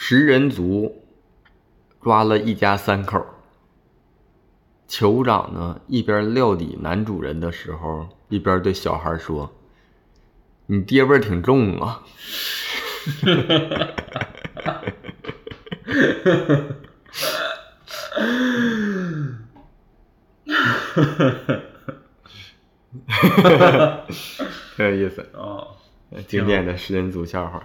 食人族抓了一家3口，酋长呢一边料理男主人的时候，一边对小孩说：“你爹味儿挺重啊。”很有意思哦， 经典的食人族笑话。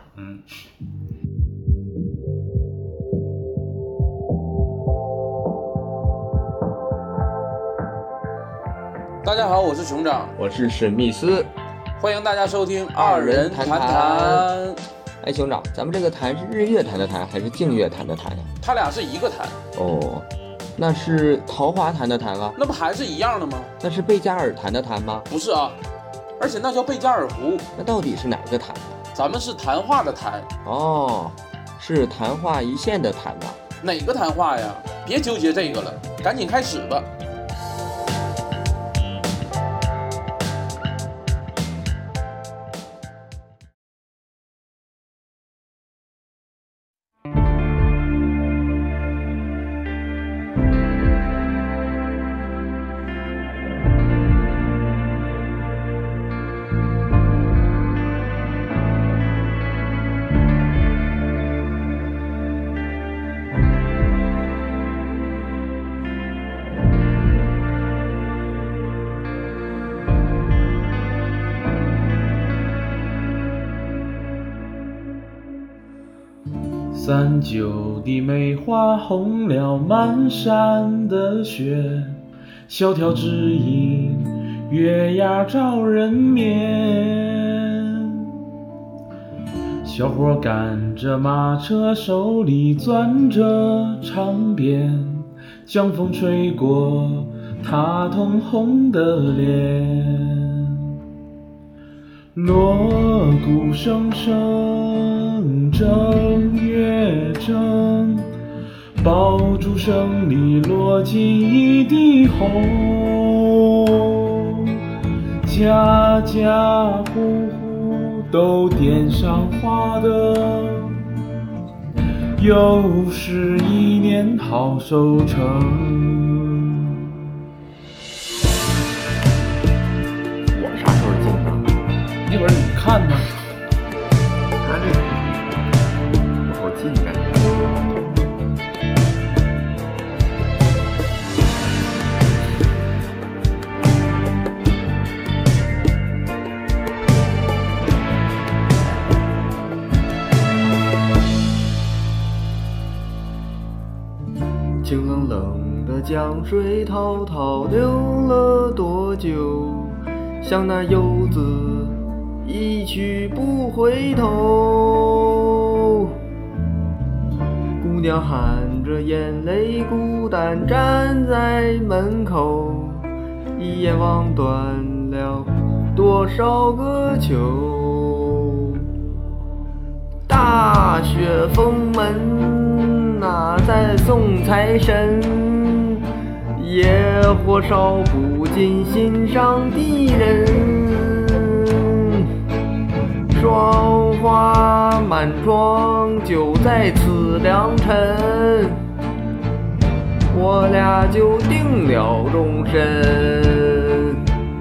大家好，我是熊掌， 我是史密斯， 欢迎大家收听二人谈谈。 哎，熊掌，咱们这个谈是日月潭的谈还是净月潭的谈呀？ 他俩是一个潭。 哦，那是桃花潭的潭啊？ 那不还是一样的吗？ 那是贝加尔潭的潭吗？ 不是啊，而且那叫贝加尔湖。 那到底是哪个潭？ 咱们是谈话的谈。 哦，是昙花一现的谈啊。 哪个谈话呀？别纠结这个了，赶紧开始吧。39的梅花红了满山的雪，萧条只因月牙照人面。小伙赶着马车，手里攥着长鞭，江风吹过他通红的脸。锣鼓声声正月正，爆竹声里落进一地红，家家户户都点上花灯，又是一年好收成。 我啥时候进的？ 一会儿你看呢。 他这个不好进感觉。清冷冷的江水滔滔流了多久，像那游子一去不回头。姑娘含着眼泪孤单站在门口，一眼望断了多少个秋。大雪封门哪在送财神，野火烧不尽心上的人。霜花满窗就在此良辰，我俩就定了终身。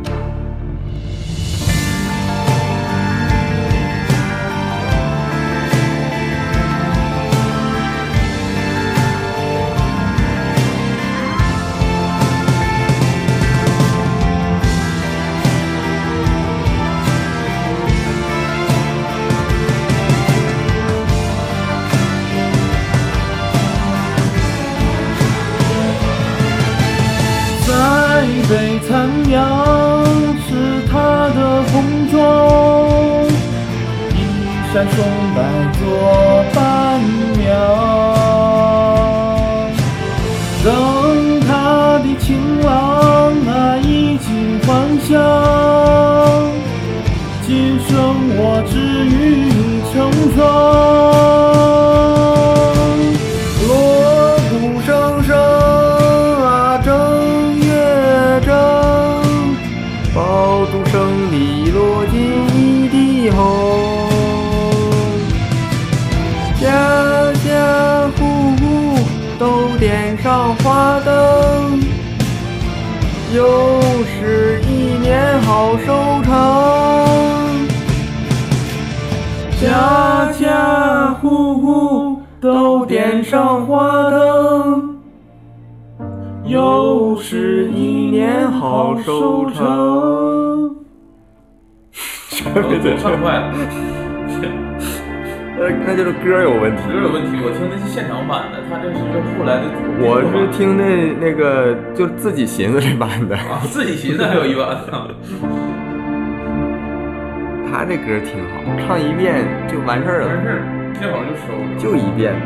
北残阳是他的红妆，衣衫松摆作伴娘，等他的情郎啊衣锦还乡，今生我只与你成双。锣鼓声声爆竹声里落进一地红，家家上花灯，又是一年好收场。家家户户都点上花灯，又是一年好收场。 唱快了， 那就是歌有问题。 歌有问题，我听的是现场版的，他这是后来的。 我是听那个就自己寻思这版的啊，自己寻思还有一版呢。 他这歌挺好，唱一遍就完事儿了， 完事儿，听好就收了， 就一遍。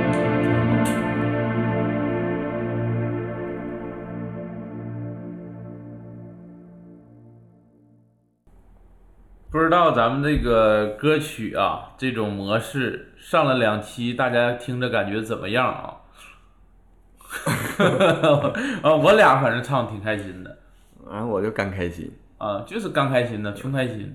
不知道咱们这个歌曲啊，这种模式上了2期，大家听着感觉怎么样啊？我俩反正唱挺开心的， 我就刚开心啊，就是刚开心的，穷开心。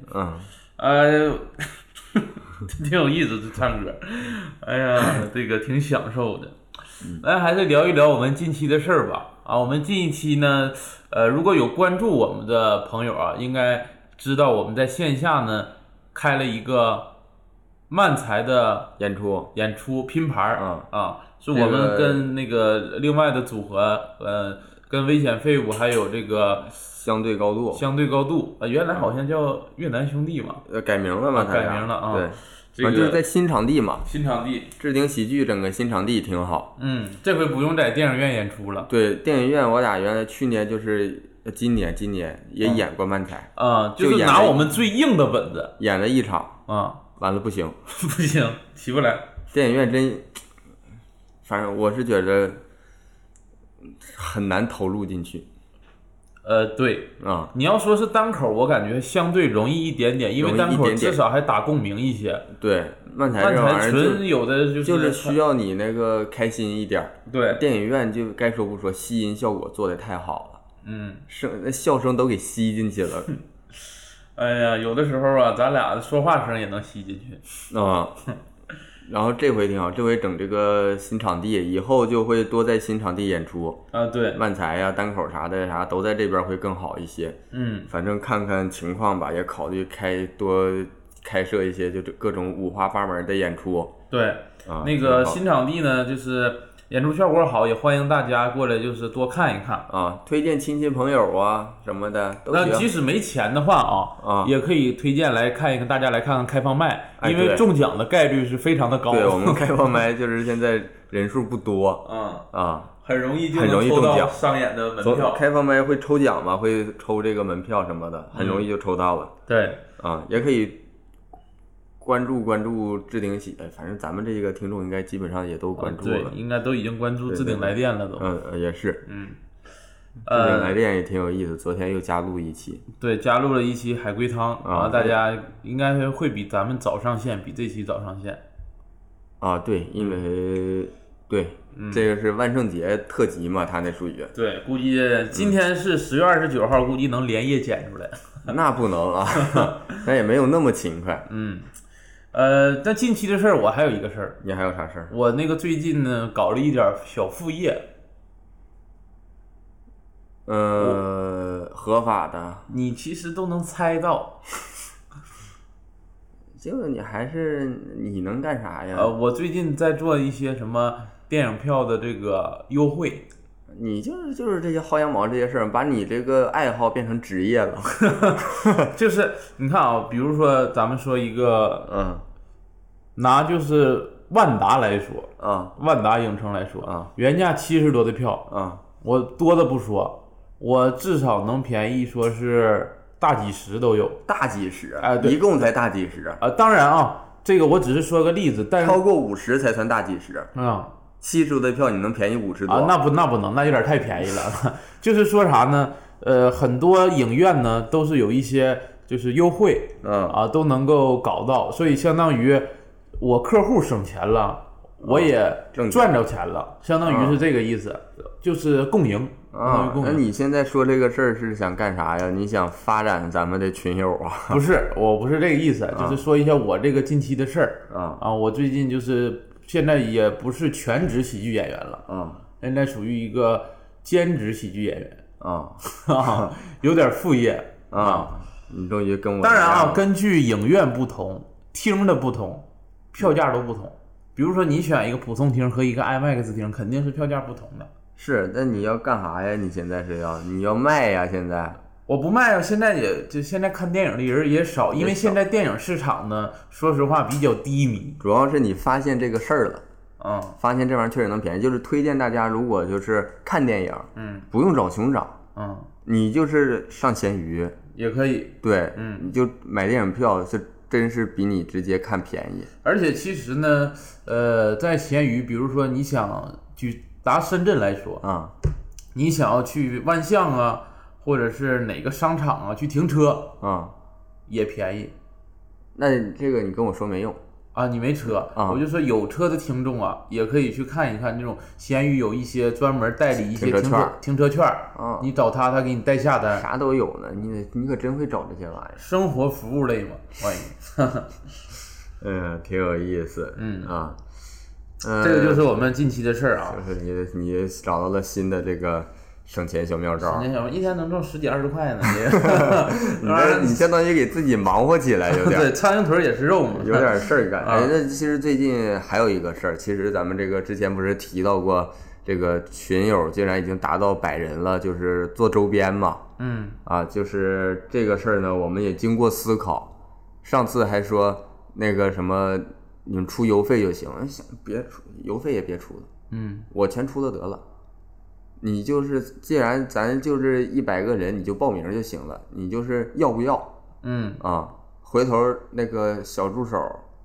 挺有意思的唱歌，哎呀，这个挺享受的。来，还是聊一聊我们近期的事儿吧。我们近一期呢，如果有关注我们的朋友啊，应该知道我们在线下呢开了一个漫才的演出拼盘是我们跟那个另外的组合，跟危险废物还有这个相对高度原来好像叫越南兄弟嘛， 改名了嘛， 改名了啊。 对， 这个就是在新场地嘛，置顶喜剧整个新场地挺好。 这回不用在电影院演出了。 对，电影院我俩原来去年就是今年也演过漫才就是拿我们最硬的本子演了一场完了不行不行，起不来。 电影院真，反正我是觉得很难投入进去。 对你要说是单口，我感觉相对容易一点点，因为单口至少还打共鸣一些。 对，漫才这玩意儿纯有的就是需要你那个开心一点。 对， 电影院就该说不说，吸音效果做得太好了，那笑声都给吸进去了。 哎呀，有的时候啊，咱俩的说话声也能吸进去然后这回挺好，这回整这个新场地，以后就会多在新场地演出对， 漫才呀、单口啥都在这边会更好一些。反正看看情况吧，也考虑多开设一些就各种五花八门的演出。 对，那个新场地呢，就是演出效果好，也欢迎大家过来，就是多看一看推荐亲戚朋友啊什么的都行。 那即使没钱的话也可以推荐来看一看，大家来看看开放麦，因为中奖的概率是非常的高。 对，我们开放麦就是现在人数不多很容易就能抽到上演的门票。 开放麦会抽奖嘛，会抽这个门票什么的，很容易就抽到了。 对也可以关注置顶喜，反正咱们这个听众应该基本上也都关注了， 对，应该都已经关注置顶来电了都。 也是，置顶来电也挺有意思，昨天又加入一期， 对，加入了一期海龟汤大家应该会比咱们早上线，比这期早上线对，因为对，这个是万圣节特辑嘛，他那属于对，估计今天是10月29号，估计能连夜剪出来。 那不能那也没有那么勤快。 但近期的事儿，我还有一个事儿。 你还有啥事儿？ 我那个最近呢，搞了一点小副业。 合法的。 你其实都能猜到。 就你能干啥呀？ 我最近在做一些什么电影票的这个优惠。 你就是这些薅羊毛这些事儿，把你这个爱好变成职业了。 就是你看比如说咱们说一个拿就是万达来说万达影城来说原价70多的票我多的不说，我至少能便宜说是大几十都有。 大几十对， 一共才大几十当然这个我只是说个例子，但是超过50才算大几十70多的票你能便宜50多那不能，那有点太便宜了。就是说啥呢？很多影院呢都是有一些就是优惠都能够搞到，所以相当于我客户省钱了，我也赚着钱了，相当于是这个意思，就是共赢。 那你现在说这个事儿是想干啥呀？你想发展咱们的群友不是，我不是这个意思，就是说一下我这个近期的事儿我最近就是现在也不是全职喜剧演员了现在属于一个兼职喜剧演员啊， 有点副业啊。你终于跟我当然啊，根据影院不同，厅的不同，票价都不同。比如说你选一个普通厅和一个 IMAX 厅，肯定是票价不同的。 是，那你要干啥呀？你现在是你要卖呀？现在我不卖啊，现在看电影的人也少，因为现在电影市场呢，说实话比较低迷。 主要是你发现这个事儿了，发现这玩意儿确实能便宜，就是推荐大家，如果就是看电影，不用找熊掌，你就是上闲鱼也可以， 对，你就买电影票真是比你直接看便宜。 而且其实呢，在闲鱼，比如说你想去拿深圳来说你想要去万象啊，或者是哪个商场啊去停车也便宜。 那这个你跟我说没用啊，你没车我就说有车的听众啊，也可以去看一看这种闲鱼有一些专门代理一些停车券你找他给你代下单， 啥都有呢。你可真会找这些玩意儿， 生活服务类嘛，欢迎。挺有意思， 这个就是我们近期的事儿啊， 就是你找到了新的这个省钱小妙招， 一天能挣10几20块呢。 你相当于给自己忙活起来，有点对，苍蝇腿也是肉嘛， 有点事儿干。那其实最近还有一个事儿，其实咱们这个之前不是提到过，这个群友竟然已经达到100人了，就是做周边嘛。就是这个事儿呢，我们也经过思考。上次还说那个什么，你们出邮费就行，别出邮费也别出了，我全出了得了。你就是既然咱就是100个人，你就报名就行了，你就是要不要？回头那个小助手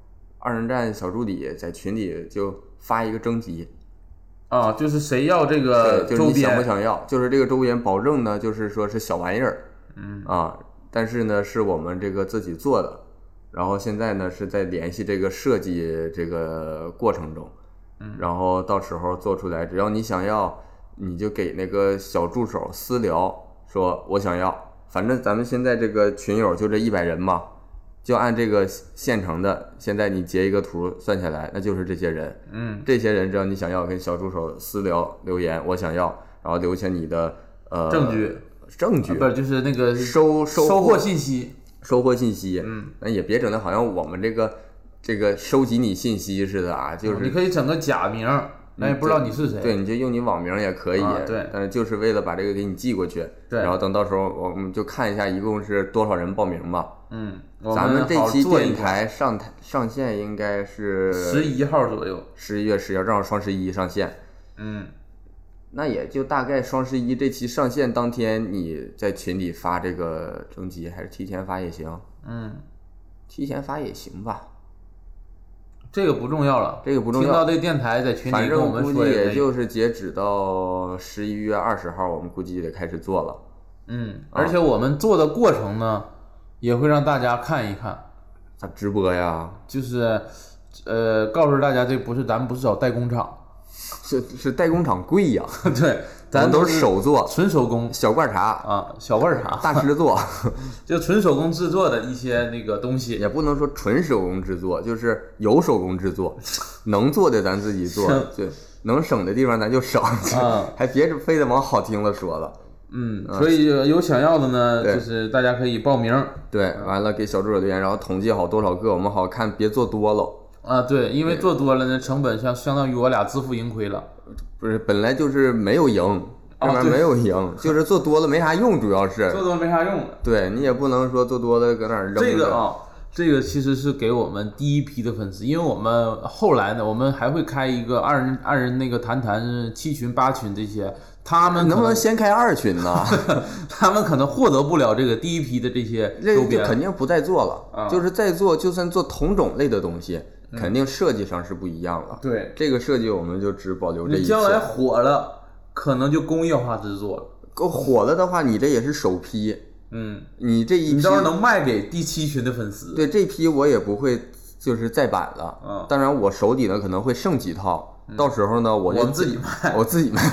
2人站小助理在群里就发一个征集就是谁要这个周边， 就是你想不想要，就是这个周边保证呢，就是说是小玩意儿但是呢是我们这个自己做的，然后现在呢是在联系这个设计这个过程中，然后到时候做出来，只要你想要，你就给那个小助手私聊说我想要，反正咱们现在这个群友就这100人嘛，就按这个现成的，现在你截一个图算下来，那就是这些人。这些人只要你想要，跟小助手私聊留言我想要，然后留下你的证据不是就是那个收获信息，那也别整的好像我们这个收集你信息似的就是你可以整个假名，那也不知道你是谁。 对，你就用你网名也可以。 对， 但是就是为了把这个给你寄过去。 对， 然后等到时候我们就看一下一共是多少人报名吧。 咱们这期电台上线应该是 11号左右 ，11月11号正好双11上线。那也就大概双11这期上线当天，你在群里发这个征集，还是提前发也行。提前发也行吧。 这个不重要了， 这个不重要。 听到这电台在群里跟我们说， 反正估计也就是截止到11月20号，我们估计得开始做了。 而且我们做的过程呢，也会让大家看一看。 咋直播呀？ 就是告诉大家，咱们不是找代工厂， 是代工厂贵呀。 对，咱都是手做， 纯手工， 小罐茶小罐茶大师做， 就纯手工制作的一些那个东西， 也不能说纯手工制作，就是有手工制作，能做的咱自己做，对，能省的地方咱就省，还别非得往好听了说了。 所以有想要的呢，就是大家可以报名， 对，完了给小助手留言，然后统计好多少个，我们好看，别做多了。 对，因为做多了呢，成本相当于我俩自负盈亏了。 不是，本来就是没有赢，这玩意儿没有赢，就是做多了没啥用，主要是做多没啥用。对， 你也不能说做多了搁那儿扔着。 这个其实是给我们第一批的粉丝，因为我们后来呢，我们还会开一个二人那个谈7群8群这些，他们能不能先开2群呢？ 他们可能获得不了这个第一批的这些周边， 这就肯定不再做了。就是再做，就算做同种类的东西，肯定设计上是不一样了。 对， 这个设计我们就只保留这一次。 你将来火了，可能就工业化制作了。 火了的话，你这也是首批。你这一批， 你到时候能卖给第7群的粉丝。 对，这批我也不会就是再版了。当然我手底呢可能会剩几套，到时候呢我就自己卖， 我自己卖。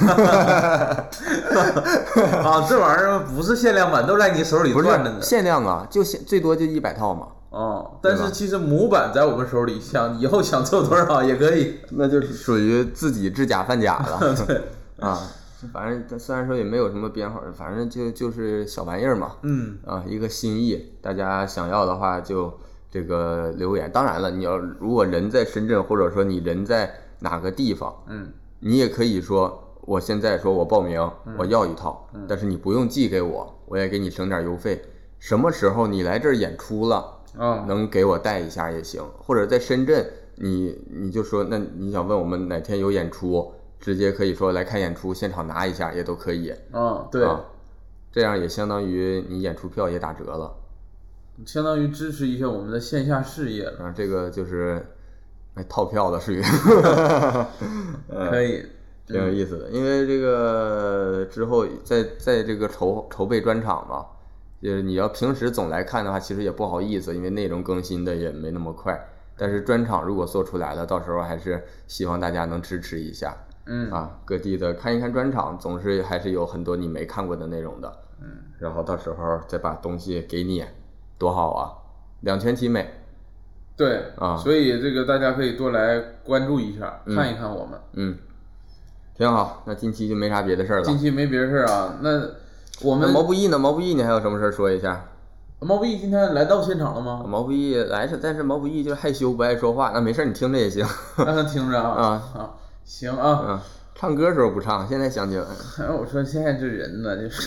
这玩意儿不是限量版，都在你手里攥着呢。 限量啊，就最多就100套嘛。 但是其实模板在我们手里，以后想做多少也可以。 那就是属于自己制假贩假了。 对， 啊，反正虽然说也没有什么编号，反正就是小玩意儿嘛。一个心意，大家想要的话就这个留言。当然了，你要如果人在深圳，或者说你人在哪个地方，你也可以说我现在说我报名，我要一套，但是你不用寄给我，我也给你省点邮费。什么时候你来这儿演出了，能给我带一下也行。或者在深圳，你就说，那你想问我们哪天有演出，直接可以说来看演出，现场拿一下也都可以。 对， 这样也相当于你演出票也打折了， 相当于支持一下我们的线下事业了。 这个就是套票的属于可以。 挺有意思的，因为这个之后在这个筹备专场嘛，就是你要平时总来看的话，其实也不好意思，因为内容更新的也没那么快。但是专场如果做出来了，到时候还是希望大家能支持一下。各地的看一看专场，总是还是有很多你没看过的内容的。然后到时候再把东西给你，多好啊，两全其美。 对所以这个大家可以多来关注一下，看一看我们。 挺好，那近期就没啥别的事儿了。 近期没别的事儿啊，那我们毛不易呢？毛不易你还有什么事儿说一下？ 毛不易今天来到现场了吗？ 毛不易来是，但是毛不易就害羞不爱说话。那没事，你听着也行。 让他听着行啊。 唱歌时候不唱，现在想起来。 我说现在这人呢，就是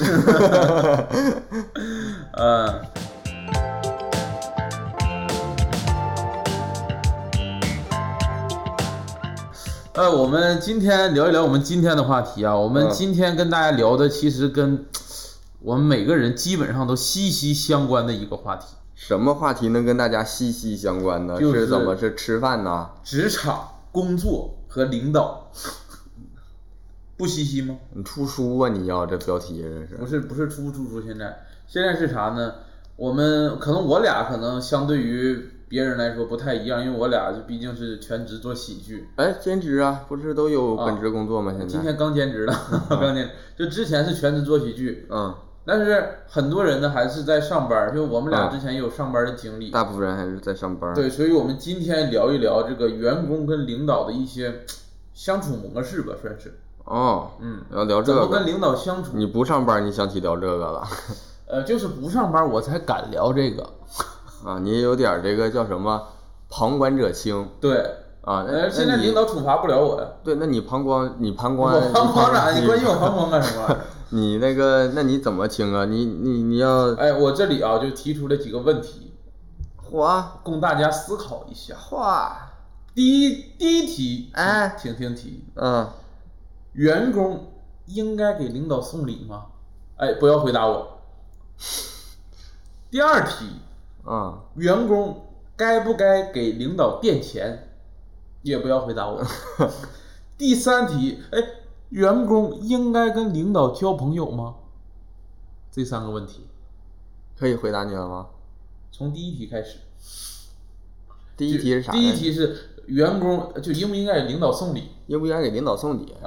我们今天聊一聊我们今天的话题啊。我们今天跟大家聊的其实跟我们每个人基本上都息息相关的一个话题。 什么话题能跟大家息息相关呢？是怎么是吃饭呢？ 职场、工作和领导，不息息吗？ 你出书啊？你要这标题这是？ 不是出书，现在是啥呢？我俩可能相对于别人来说不太一样，因为我俩就毕竟是全职做喜剧。 兼职啊，不是都有本职工作吗？现在今天刚兼职了，刚兼职，就之前是全职做喜剧，但是很多人呢还是在上班，就我们俩之前也有上班的经历， 大部分人还是在上班。 对，所以我们今天聊一聊这个员工跟领导的一些相处模式吧，算是。 要聊这个。 怎么跟领导相处？ 你不上班，你想起聊这个了？ 就是不上班我才敢聊这个。 你有点这个叫什么旁观者清。 对现在领导处罚不了我呀。对， 那你旁观我旁观啥？你关心我旁观干什么？ 你那个，那你怎么清啊？你要我这里就提出了几个问题，供大家思考一下。第一题，请听题。员工应该给领导送礼吗？不要回答我。第二题，员工该不该给领导垫钱？也不要回答我。第三题，员工应该跟领导交朋友吗？这3个问题可以回答你了吗？ 从第一题开始。 第一题是啥？ 第一题是员工就应不应该给领导送礼？ 应不应该给领导送礼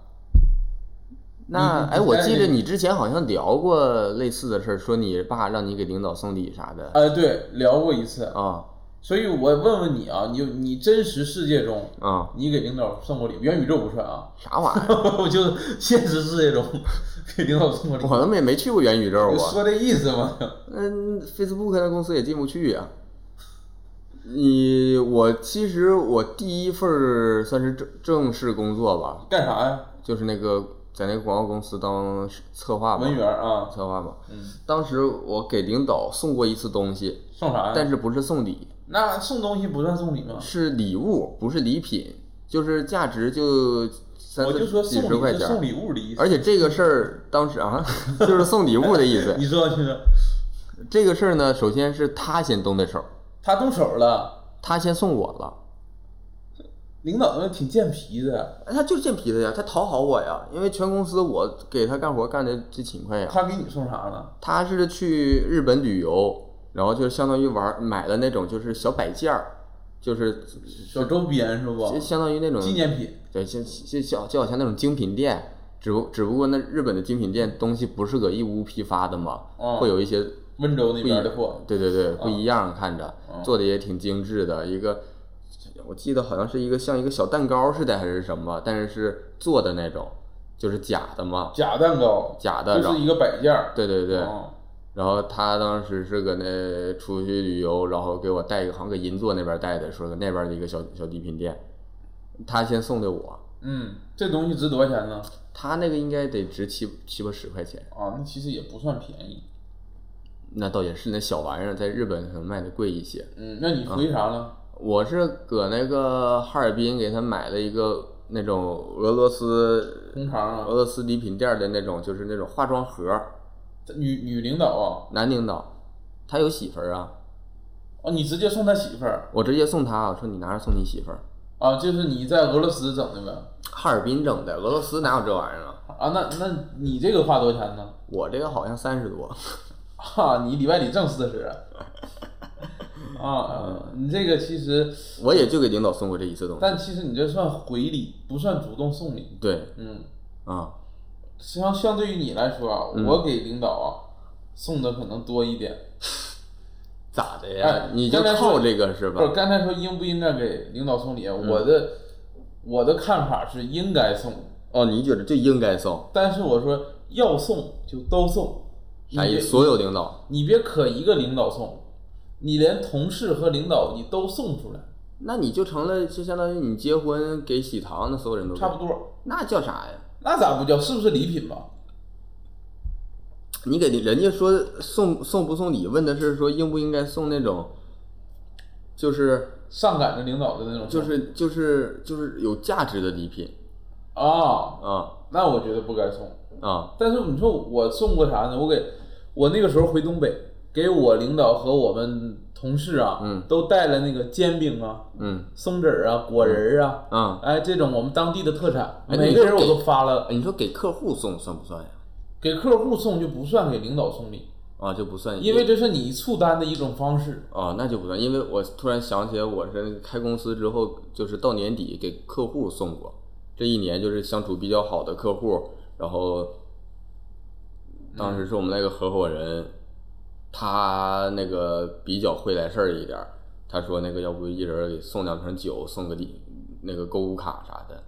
那我记得你之前好像聊过类似的事儿，说你爸让你给领导送礼啥的。 对，聊过一次所以我问问你你真实世界中你给领导送过礼？元宇宙不算啥玩意儿？ 我就现实世界中给领导送过礼。 我他妈也没去过元宇宙就说这意思嘛。 Facebook 的公司也进不去呀。其实我第一份算是正式工作吧。 干啥呀？ 就是在那个广告公司当策划嘛， 文员策划嘛。当时我给领导送过一次东西。 送啥呀？ 但是不是送礼。 那送东西不算送礼吗？ 是礼物，不是礼品，就是价值就30-40块钱。 送礼物的意思。 而且这个事儿当时就是送礼物的意思。 你说这个事儿呢，首先是他先动的手。 他动手了。 他先送我了。 领导挺贱皮的。 他就是贱皮的呀，他讨好我呀，因为全公司我给他干活干的最勤快呀。 他给你送啥了？ 他是去日本旅游，然后就相当于买了那种就是小摆件儿，就是小周边是不？ 相当于那种纪念品。 对，就好像那种精品店，只不过那日本的精品店东西不是搁义乌批发的嘛，会有一些温州那边的货。 对，不一样，看着做的也挺精致的一个。我记得好像是像一个小蛋糕似的还是什么，但是做的那种， 就是假的嘛， 假蛋糕， 假的， 就是一个摆件儿。 对对对。 哦然后他当时是搁那出去旅游，然后给我带一个，好像搁银座那边带的，说搁那边的一个小礼品店，他先送的我。 这东西值多少钱呢？ 他那个应该得值七八十块钱啊，那其实也不算便宜。 那倒也是，那小玩意儿在日本可能卖的贵一些。 那你回啥了？ 我是搁那个哈尔滨给他买了一个那种俄罗斯红肠啊， 俄罗斯礼品店的那种，就是那种化妆盒。 女领导啊， 男领导，他有媳妇儿啊。 哦，你直接送他媳妇儿？ 我直接送他，我说你拿着送你媳妇儿。 啊，就是你在俄罗斯整的呗？ 哈尔滨整的，俄罗斯哪有这玩意儿啊？ 啊，那你这个花多少钱呢？ 我这个好像30多。 你里外里挣40。你这个其实我也就给领导送过这一次东西。 但其实你这算回礼，不算主动送礼。 对， 相对于你来说啊，我给领导啊送的可能多一点。 咋的呀？你就靠这个是吧？ 不是，刚才说应不应该给领导送礼，我的看法是应该送。 哦，你觉得就应该送？ 但是我说要送就都送， 所有领导， 你别可一个领导送，你连同事和领导你都送出来， 那你就成了，就相当于你结婚给喜糖，那所有人都差不多。 那叫啥呀？ 那咋不叫？是不是礼品吧？ 你给人家说送不送礼，问的是说应不应该送那种，就是上赶着领导的那种， 就是有价值的礼品那我觉得不该送啊。 但是你说我送过啥呢？我那个时候回东北，给我领导和我们同事啊，都带了那个煎饼啊，松子啊，果仁啊，这种我们当地的特产，每个人我都发了。 你说给客户送算不算呀？ 给客户送就不算给领导送礼啊，就不算， 因为这是你促单的一种方式啊，那就不算。因为我突然想起来，我是开公司之后，就是到年底给客户送过，这一年就是相处比较好的客户，然后当时是我们那个合伙人，他那个比较会来事儿一点，他说那个要不一人给送2瓶酒，送个那个购物卡啥的。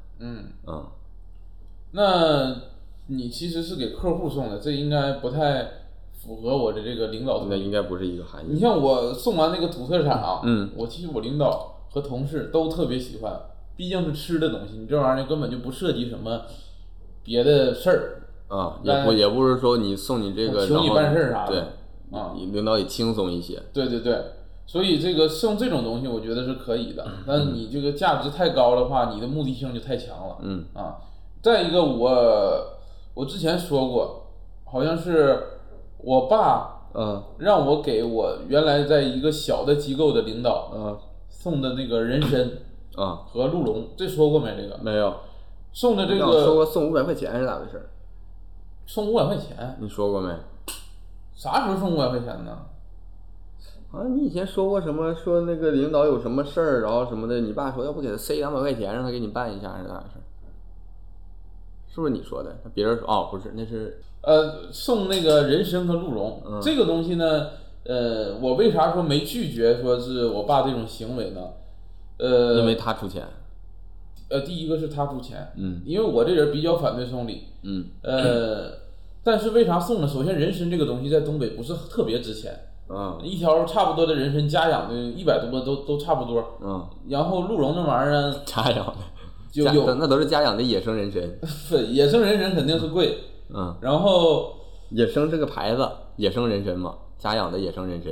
那你其实是给客户送的，这应该不太符合我的这个领导。 那应该不是一个含义。 你像我送完那个土特产啊，其实我领导和同事都特别喜欢，毕竟是吃的东西，你这玩意儿根本就不涉及什么别的事儿啊，也不是说你送你这个求你办事啥的， 对你领导也轻松一些。 对对对，所以这个送这种东西我觉得是可以的，但是你这个价值太高的话，你的目的性就太强了。再一个我之前说过，好像是我爸让我给我原来在一个小的机构的领导送的那个人参和鹿茸，这说过没？这个没有。送的这个说过送500块钱是咋回事？ 送500块钱？ 你说过没？ 啥时候送500块钱呢？ 你以前说过什么？说那个领导有什么事儿，然后什么的，你爸说要不给他塞200块钱，让他给你办一下是咋回事？是不是你说的？别人说不是，那是送那个人参和鹿茸，这个东西呢，我为啥说没拒绝说是我爸这种行为呢？ 因为他出钱。 第一个是他出钱，因为我这人比较反对送礼，但是为啥送呢？首先人参这个东西在东北不是特别值钱，一条差不多的人参家养的100多都差不多，然后鹿茸那玩意儿家养的。那都是家养的野生人参， 野生人参肯定是贵，然后野生这个牌子，野生人参嘛，家养的野生人参，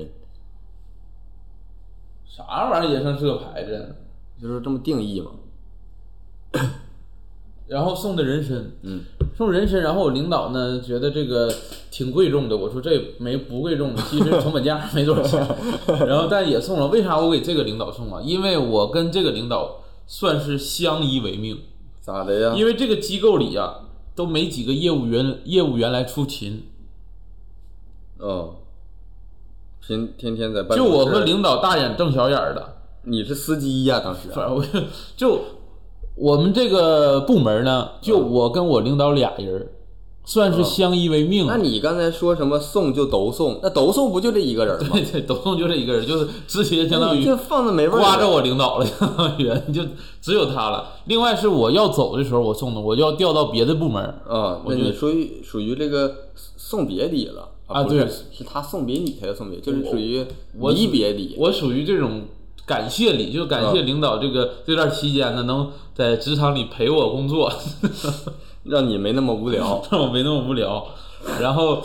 啥玩意儿野生是个牌子， 就是这么定义嘛。 然后送的人参，送人参，然后我领导呢觉得这个挺贵重的，我说这不贵重的，其实成本价没多少钱，然后但也送了。为啥我给这个领导送啊？因为我跟这个领导算是相依为命。 咋的呀？ 因为这个机构里啊都没几个业务员来出勤， 天天在办公室， 就我和领导大眼瞪小眼的。 你是司机呀？当时就我们这个部门呢，就我跟我领导俩人， 算是相依为命。 那你刚才说什么送就都送，那都送不就这一个人吗？ 对，都送就这一个人，就是直接相当于这放的没味儿， 刮着我领导了，相当于就只有他了。另外是我要走的时候我送的，我就要调到别的部门啊。那你属于这个送别礼了啊？ 对， 是他送别你才叫送别，就是属于离别礼。 我属于这种感谢礼，就感谢领导这段期间呢，能在职场里陪我工作。 让你没那么无聊， 让我没那么无聊，然后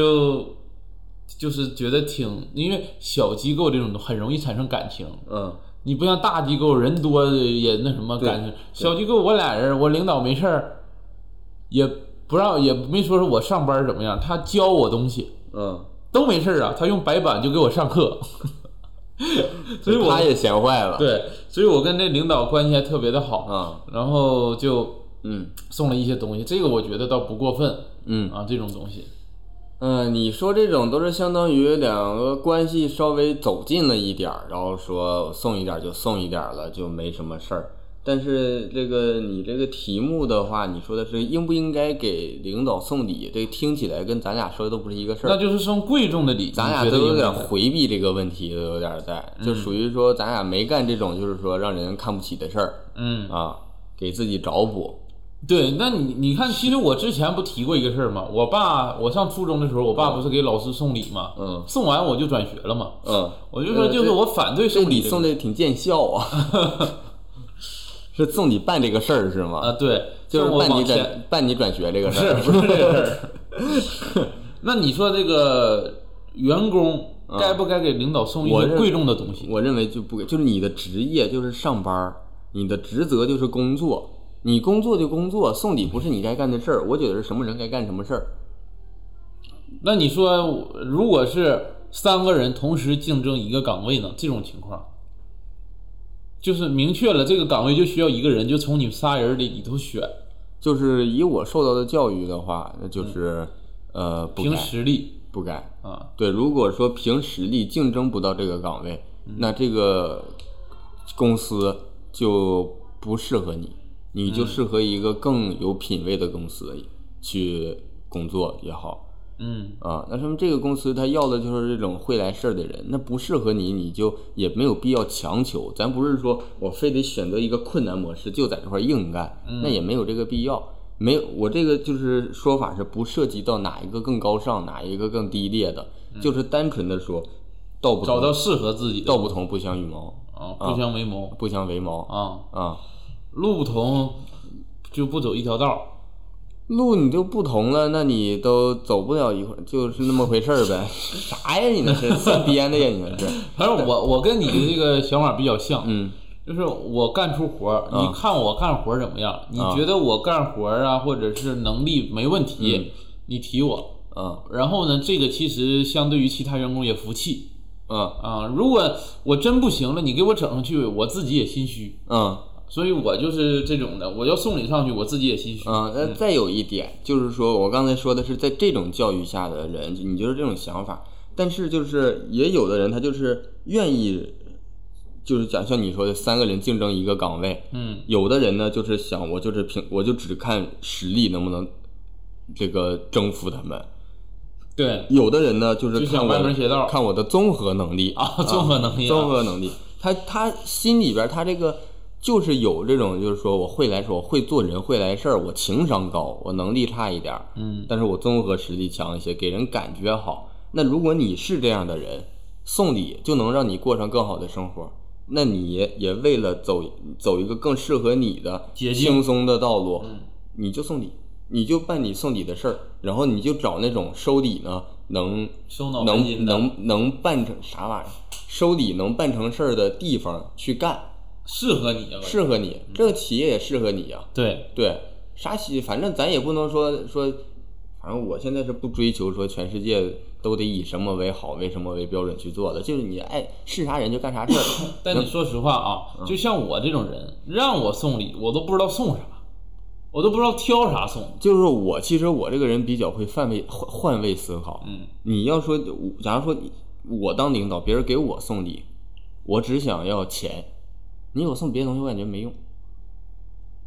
就是觉得因为小机构这种很容易产生感情，你不像大机构人多也那什么感情，小机构我俩人，我领导没事儿，也没说我上班怎么样，他教我东西，都没事啊，他用白板就给我上课，所以他也闲坏了， 对，所以我跟这领导关系还特别的好，然后就。送了一些东西，这个我觉得倒不过分。这种东西， 你说这种都是相当于两个关系稍微走近了一点，然后说送一点就送一点了，就没什么事儿。但是你这个题目的话，你说的是应不应该给领导送礼，这听起来跟咱俩说的都不是一个事儿。 那就是送贵重的礼， 咱俩都有点回避这个问题，都有点在，就属于说咱俩没干这种就是说让人看不起的事儿。给自己找补。 对，那你看，其实我之前不提过一个事儿吗？我上初中的时候，我爸不是给老师送礼吗？送完我就转学了嘛。我就说，就是我反对送礼， 送的挺见效啊。是送你办这个事儿是吗？ 对， 就是办你转学这个事儿， 不是这个事儿。那你说这个员工该不该给领导送一些贵重的东西？ 我认为就不给，就是你的职业就是上班，你的职责就是工作。你工作就工作，送礼不是你该干的事儿。我觉得是什么人该干什么事儿。 那你说，如果是3个人同时竞争一个岗位呢？这种情况，就是明确了这个岗位就需要一个人，就从你们仨人里头选。 就是以我受到的教育的话，那就是凭实力不该啊。对，如果说凭实力竞争不到这个岗位，那这个公司就不适合你。你就适合一个更有品位的公司去工作也好，那说明这个公司他要的就是这种会来事儿的人，那不适合你，你就也没有必要强求。咱不是说我非得选择一个困难模式就在这块硬干，那也没有这个必要。没有，我这个就是说法是不涉及到哪一个更高尚，哪一个更低劣的，就是单纯的说道不同， 找到适合自己的， 道不同不相与谋不相为谋， 不相为谋路不同就不走一条道， 路你就不同了，那你都走不了一块，就是那么回事儿呗。啥呀你那是瞎编的呀你那是。 反正我跟你的这个想法比较像，就是我干出活，你看我干活怎么样？你觉得我干活啊，或者是能力没问题，你提我然后呢，这个其实相对于其他员工也服气如果我真不行了，你给我整上去，我自己也心虚所以我就是这种的，我要送礼上去，我自己也心虚。 那再有一点就是说，我刚才说的是在这种教育下的人，你就是这种想法。但是就是也有的人他就是愿意，就是讲像你说的3个人竞争一个岗位，有的人呢就是想我就只看实力能不能这个征服他们。 对， 有的人呢就是看歪门邪道， 看我的综合能力综合能力， 他心里边他这个。就是有这种，就是说我会来事，我会做人，会来事儿，我情商高，我能力差一点，但是我综合实力强一些，给人感觉好。那如果你是这样的人，送礼就能让你过上更好的生活，那你也为了走一个更适合你的轻松的道路，你就送礼，你就办你送礼的事儿，然后你就找那种收礼呢能办成啥玩意儿，收礼能办成事儿的地方去干。 适合你， 这个企业也适合你呀。 对， 啥企业，反正咱也不能说，反正我现在是不追求说全世界都得以什么为好，为什么为标准去做的，就是你爱是啥人就干啥事儿。 但你说实话就像我这种人，让我送礼，我都不知道送啥，我都不知道挑啥送。 就是其实我这个人比较会换位思考。你要说，假如说我当领导，别人给我送礼，我只想要钱。你给我送别的东西，我感觉没用。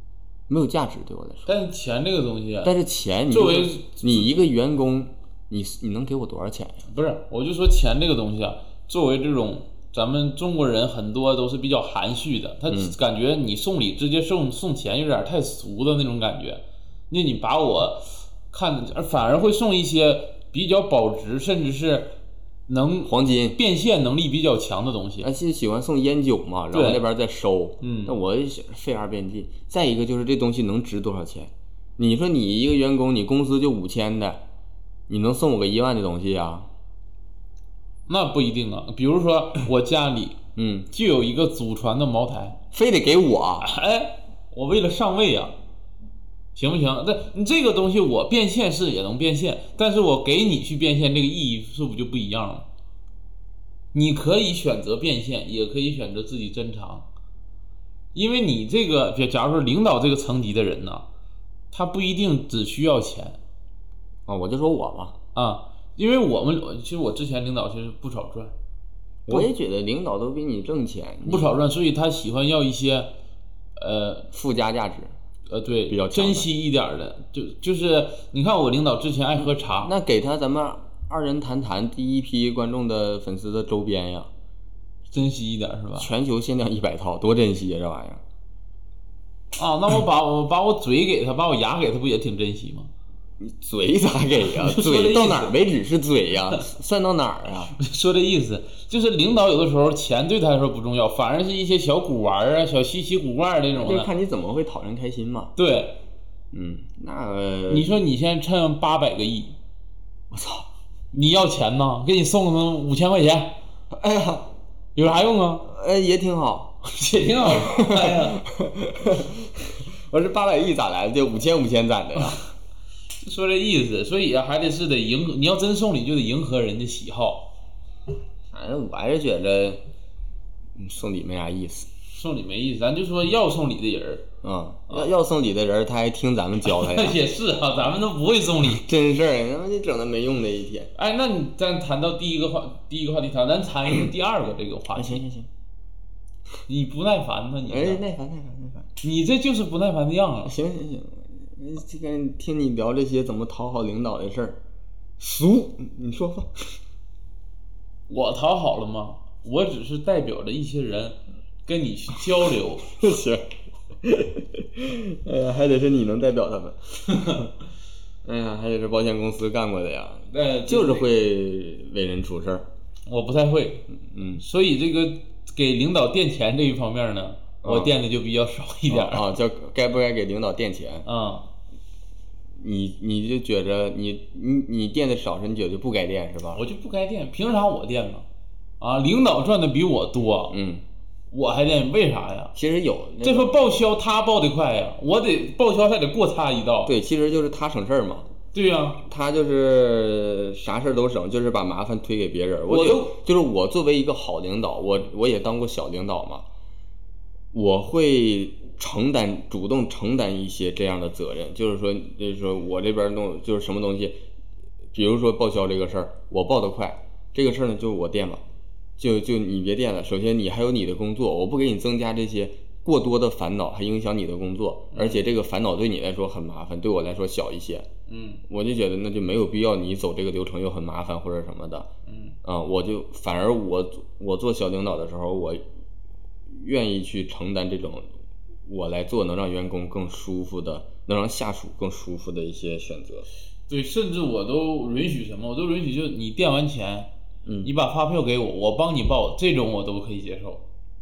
没有价值对我来说。 但是钱这个东西， 但是钱作为你一个员工，你能给我多少钱呀？ 不是，我就说钱这个东西啊，作为这种咱们中国人很多都是比较含蓄的，他感觉你送礼直接送钱有点太俗的那种感觉。那你把我看，反而会送一些比较保值，甚至是能黄金变现能力比较强的东西。 现在喜欢送烟酒嘛，然后那边再收。那我费而变尽。再一个就是这东西能值多少钱？你说你一个员工，你工资就5000的，你能送我个1万的东西呀？ 那不一定啊。比如说我家里就有一个祖传的茅台， 非得给我？ 哎，我为了上位啊，行不行？你这个东西我变现是也能变现，但是我给你去变现，这个意义是不是就不一样了？你可以选择变现，也可以选择自己珍藏，因为你这个假如说领导这个层级的人呢，他不一定只需要钱啊。我就说我吧啊，因为其实我之前领导其实不少赚， 我也觉得领导都比你挣钱， 不少赚，所以他喜欢要一些附加价值。 对， 比较珍惜一点的，就是你看我领导之前爱喝茶， 那给他咱们2人谈第一批观众的粉丝的周边呀， 珍惜一点是吧？ 全球限量100套，多珍惜啊这玩意儿！ 啊，那我把我嘴给他，把我牙给他，不也挺珍惜吗？ 你嘴咋给呀？嘴到哪儿为止是嘴呀？算到哪儿啊？ 说这意思就是领导有的时候钱对他来说不重要，反而是一些小古玩啊、小稀奇古怪那种的， 就是看你怎么会讨人开心嘛。 对， 那你说你现在趁800个亿， 我操， 你要钱呢？给你送个5000块钱， 哎呀， 有啥用啊？ 也挺好， 也挺好。哎呀， 我这800亿咋来的？就5000攒的呀。 说这意思，所以还得迎合，你要真送礼就得迎合人家喜好。 反正我还是觉得送礼没啥意思， 送礼没意思，咱就说要送礼的人要送礼的人他还听咱们教他呀。 也是啊，咱们都不会送礼， 真事儿，他妈就整那没用的一天。 哎，那你咱谈到第一个话题谈，咱谈一个第二个这个话题。 行， 你不耐烦呢？你耐烦， 你这就是不耐烦的样啊！ 行，这个听你聊这些怎么讨好领导的事儿，俗，你说吧。 我讨好了吗？我只是代表着一些人跟你去交流。 行。哎呀，还得是你能代表他们。哎呀，还得是保险公司干过的呀。就是会为人处事儿。 我不太会，所以这个给领导垫钱这一方面呢，我垫的就比较少一点啊。叫该不该给领导垫钱啊？ 你就觉着你垫的少，你觉得就不该垫是吧？ 我就不该垫，凭啥我垫呢？啊，领导赚的比我多，我还垫，为啥呀？ 其实有， 这说报销他报的快呀，我得报销还得过他一道。 对，其实就是他省事儿嘛。 对呀， 他就是啥事儿都省，就是把麻烦推给别人。就是我作为一个好领导，我也当过小领导嘛，我会主动承担一些这样的责任。就是说我这边弄就是什么东西，比如说报销这个事儿，我报得快，这个事儿呢就是我垫吧，就你别垫了。首先你还有你的工作，我不给你增加这些过多的烦恼，还影响你的工作，而且这个烦恼对你来说很麻烦，对我来说小一些。我就觉得那就没有必要你走这个流程又很麻烦或者什么的。我就反而我做小领导的时候，我愿意去承担这种我来做能让员工更舒服的，能让下属更舒服的一些选择。 对，甚至我都允许什么？我都允许就你垫完钱，你把发票给我，我帮你报，这种我都可以接受。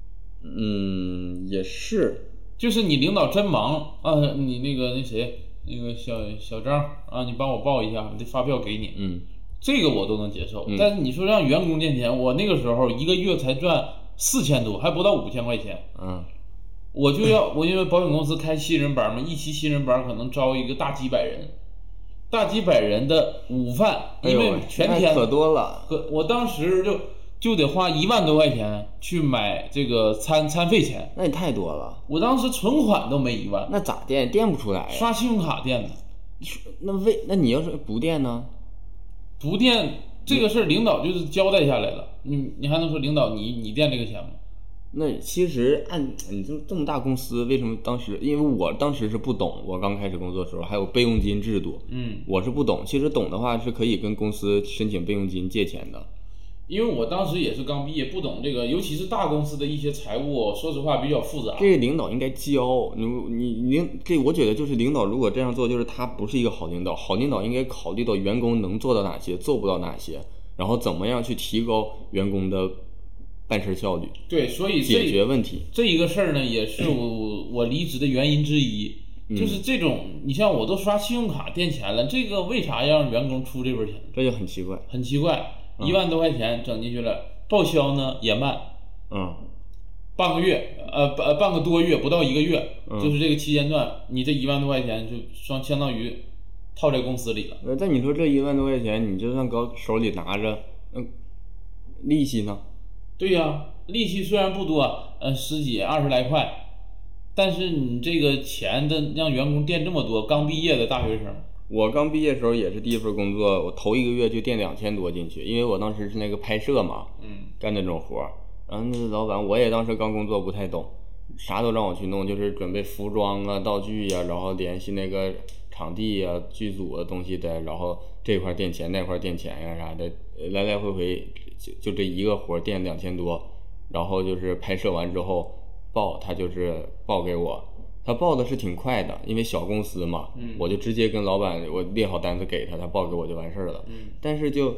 也是， 就是你领导真忙啊，你那谁那个小张啊，你帮我报一下，这发票给你，这个我都能接受。但是你说让员工垫钱，我那个时候一个月才赚4000多，还不到5000块钱，我因为保险公司开新人班嘛，一期新人班可能招一个大几百人的午饭，因为全天可多了， 我当时就得花1万多块钱去买这个餐费钱， 那也太多了。 我当时存款都没1万， 那咋垫不出来呀？ 刷信用卡垫的。 那你要是不垫呢？ 不垫这个事儿，领导就是交代下来了。你还能说领导你垫这个钱吗？ 那其实按你这么大公司，为什么当时？因为我当时是不懂，我刚开始工作的时候还有备用金制度，我是不懂。其实懂的话是可以跟公司申请备用金借钱的。 因为我当时也是刚毕业，不懂这个，尤其是大公司的一些财务，说实话比较复杂。 这个领导应该教这我觉得就是领导如果这样做，就是他不是一个好领导。好领导应该考虑到员工能做到哪些，做不到哪些，然后怎么样去提高员工的办事效率。 对，所以解决问题这一个事儿呢，也是我离职的原因之一。就是这种，你像我都刷信用卡垫钱了，这个为啥要让员工出这份钱？ 这就很奇怪， 很奇怪。1万多块钱整进去了，报销呢也慢，半个月，半个多月，不到1个月，就是这个期间段，你这1万多块钱就相当于套在公司里了。 但你说这1万多块钱，你就算搁手里拿着，利息呢？ 对呀，利息虽然不多，10几20来块，但是你这个钱的让员工垫这么多，刚毕业的大学生。 我刚毕业的时候也是第一份工作，我头1个月就垫2000多进去，因为我当时是那个拍摄嘛，干那种活，然后那老板我也当时刚工作不太懂，啥都让我去弄，就是准备服装啊、道具呀，然后联系那个场地呀、剧组的东西的，然后这块垫钱那块垫钱呀啥的，来来回回就这一个活垫2000多，然后就是拍摄完之后他就是报给我。他报的是挺快的，因为小公司嘛，我就直接跟老板我列好单子给他，他报给我就完事儿了。但是就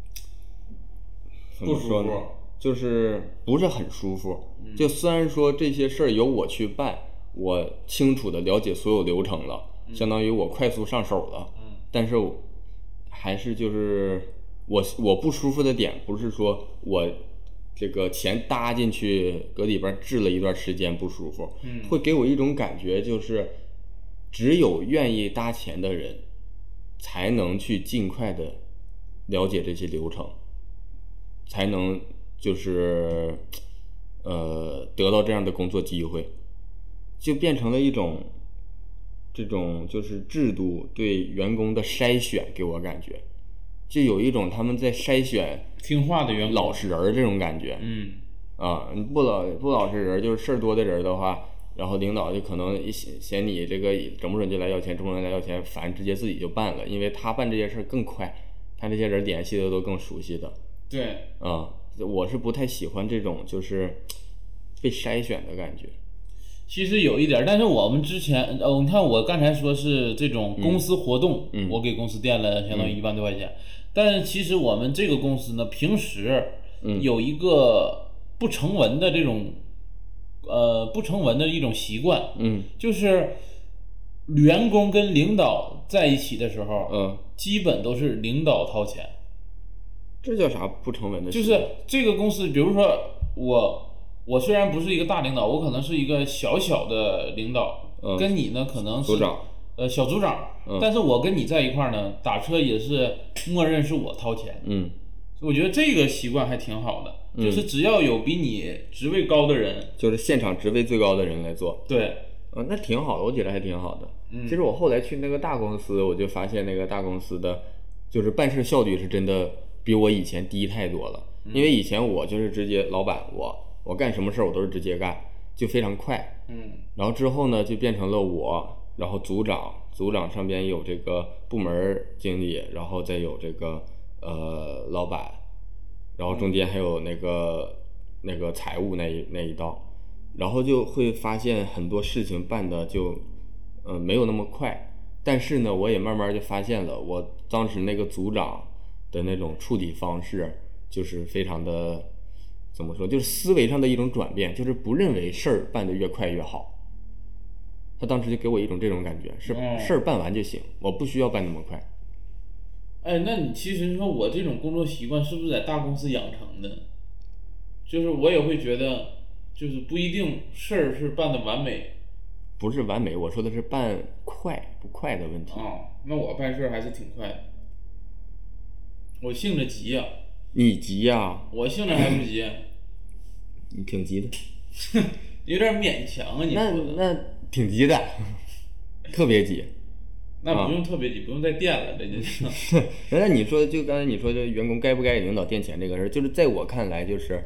怎么说呢，就是不是很舒服。就虽然说这些事儿由我去办，我清楚的了解所有流程了，相当于我快速上手了，但是还是就是我不舒服的点不是说我这个钱搭进去搁里边滞了一段时间不舒服，会给我一种感觉，就是只有愿意搭钱的人才能去尽快的了解这些流程，才能就是得到这样的工作机会，就变成了一种这种就是制度对员工的筛选，给我感觉就有一种他们在筛选听话的员工、 老实人这种感觉。你不老实人，就是事儿多的人的话，然后领导就可能嫌你这个整不准就来要钱，整不准来要钱，反正直接自己就办了，因为他办这些事儿更快，他这些人联系的都更熟悉的。 对， 我是不太喜欢这种就是被筛选的感觉。 其实有一点，但是我们之前你看我刚才说是这种公司活动，我给公司垫了相当于1万多块钱，但是其实我们这个公司呢，平时有一个不成文的这种不成文的一种习惯，就是员工跟领导在一起的时候，基本都是领导掏钱。 这叫啥不成文的习惯？就是这个公司，比如说我虽然不是一个大领导，我可能是一个小的领导，跟你呢可能是组长， 小组长，但是我跟你在一块儿呢，打车也是默认是我掏钱。我觉得这个习惯还挺好的，就是只要有比你职位高的人， 就是现场职位最高的人来做。 对， 那挺好的，我觉得还挺好的。其实我后来去那个大公司，我就发现那个大公司的就是办事效率是真的比我以前低太多了。因为以前我就是直接老板我干什么事儿我都是直接干，就非常快。然后之后呢就变成了我，然后组长上边有这个部门经理，然后再有这个老板，然后中间还有那个财务那一道，然后就会发现很多事情办的就没有那么快。但是呢我也慢慢就发现了，我当时那个组长的那种处理方式就是非常的怎么说，就是思维上的一种转变，就是不认为事儿办得越快越好。他当时就给我一种这种感觉，是事儿办完就行，我不需要办那么快。 那你其实说我这种工作习惯是不是在大公司养成的？就是我也会觉得，就是不一定事儿是办得完美。 不是完美，我说的是办快不快的问题。 那我办事还是挺快的。我性子急呀。 你急呀？ 我性子还不急。 你挺急的。 有点勉强啊，你说的。 那挺急的，特别急。 那不用特别急，不用再垫了，这件事。 那你说，就刚才你说，就员工该不该领导垫钱这个事，就是在我看来，就是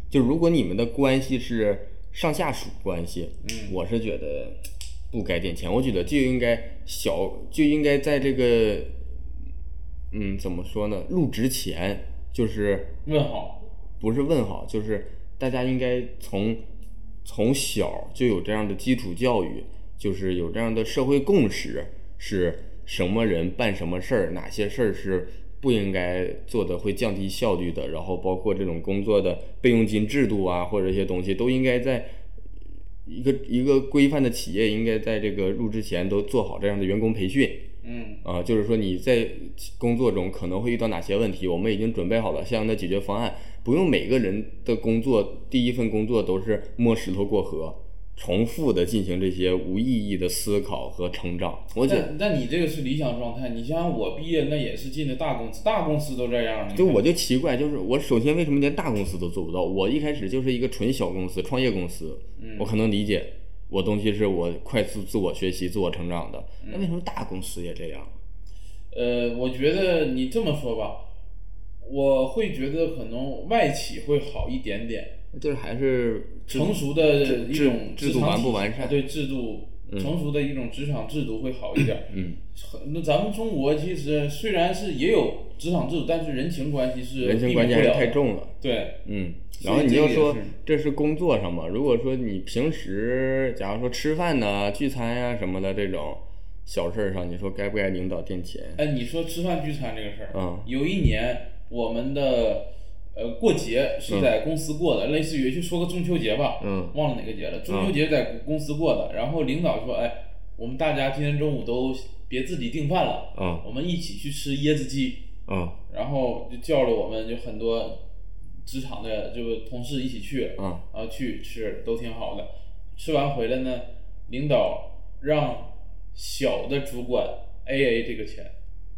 就如果你们的关系是上下属关系，我是觉得不该垫钱，我觉得就应该在这个怎么说呢？入职前就是问好， 不是问好，就是大家应该从小就有这样的基础教育，就是有这样的社会共识，是什么人办什么事儿，哪些事儿是不应该做的，会降低效率的，然后包括这种工作的备用金制度啊，或者一些东西都应该在一个规范的企业应该在这个入职前都做好这样的员工培训。就是说你在工作中可能会遇到哪些问题，我们已经准备好了相应的解决方案，不用每个人的工作第一份工作都是摸石头过河，重复的进行这些无意义的思考和成长。我觉得， 但你这个是理想状态。你像我毕业那也是进的大公司，大公司都这样。 就我就奇怪，就是我首先为什么连大公司都做不到？我一开始就是一个纯小公司、创业公司，我可能理解，我东西是我快速自我学习、自我成长的。那为什么大公司也这样？ 我觉得你这么说吧，我会觉得可能外企会好一点点， 就是还是成熟的一种制度完不完善？ 对，制度成熟的一种职场制度会好一点。那咱们中国其实虽然是也有职场制度，但是人情关系是人情关系还是太重了。 对， 然后你要说这是工作上嘛，如果说你平时假如说吃饭呐、聚餐呀、什么的这种小事上，你说该不该领导垫钱？ 你说吃饭聚餐这个事儿，有一年我们的过节是在公司过的，类似于就说个中秋节吧，忘了哪个节了，中秋节在公司过的，然后领导说，我们大家今天中午都别自己订饭了，我们一起去吃椰子鸡，然后就叫了我们就很多职场的就同事一起去，然后去吃都挺好的，吃完回来呢，领导让小的主管 AA 这个钱，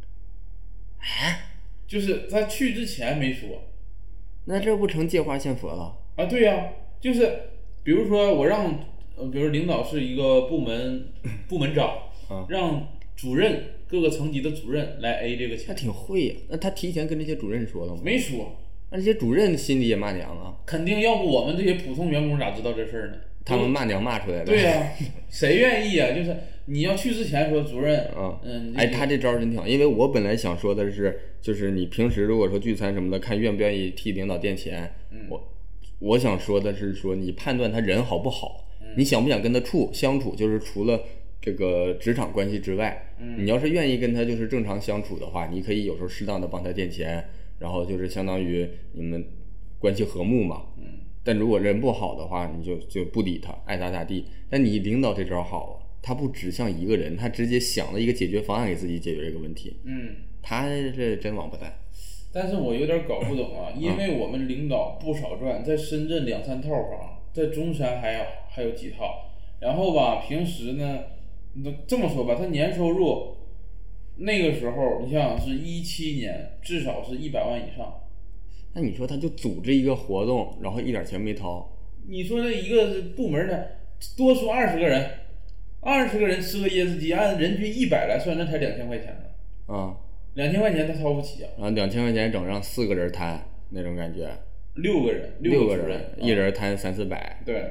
就是他去之前没说， 那这不成借花献佛了啊？对呀，就是比如说我让，比如领导是一个部门长，让主任各个层级的主任来 A 这个钱， 他挺会呀。那他提前跟这些主任说了吗？ 没说。 那这些主任心里也骂娘啊？ 肯定，要不我们这些普通员工咋知道这事儿呢？ 他们骂娘骂出来的。 对呀，谁愿意啊？就是你要去之前说主任， 他这招真挺好，因为我本来想说的是，就是你平时如果说聚餐什么的，看愿不愿意替领导垫钱，我想说的是说你判断他人好不好，你想不想跟他相处，就是除了这个职场关系之外，你要是愿意跟他就是正常相处的话，你可以有时候适当的帮他垫钱，然后就是相当于你们关系和睦嘛。但如果人不好的话，你就不理他，爱咋咋地。但你领导这招好啊，他不指向一个人，他直接想了一个解决方案给自己解决这个问题。他这真王八蛋。 但是我有点搞不懂啊，因为我们领导不少赚，在深圳2-3套房，在中山还有几套。然后吧，平时呢，这么说吧，他年收入那个时候，你想想是17年，至少是100万以上。 那你说他就组织一个活动，然后一点钱没掏？ 你说这一个部门的多出20个人，20个人吃个椰子鸡，按人均100来算，那才2000块钱呢。2000块钱他掏不起啊。 然后2000块钱整让4个人摊那种感觉。 6个人， 一人摊300-400。 对。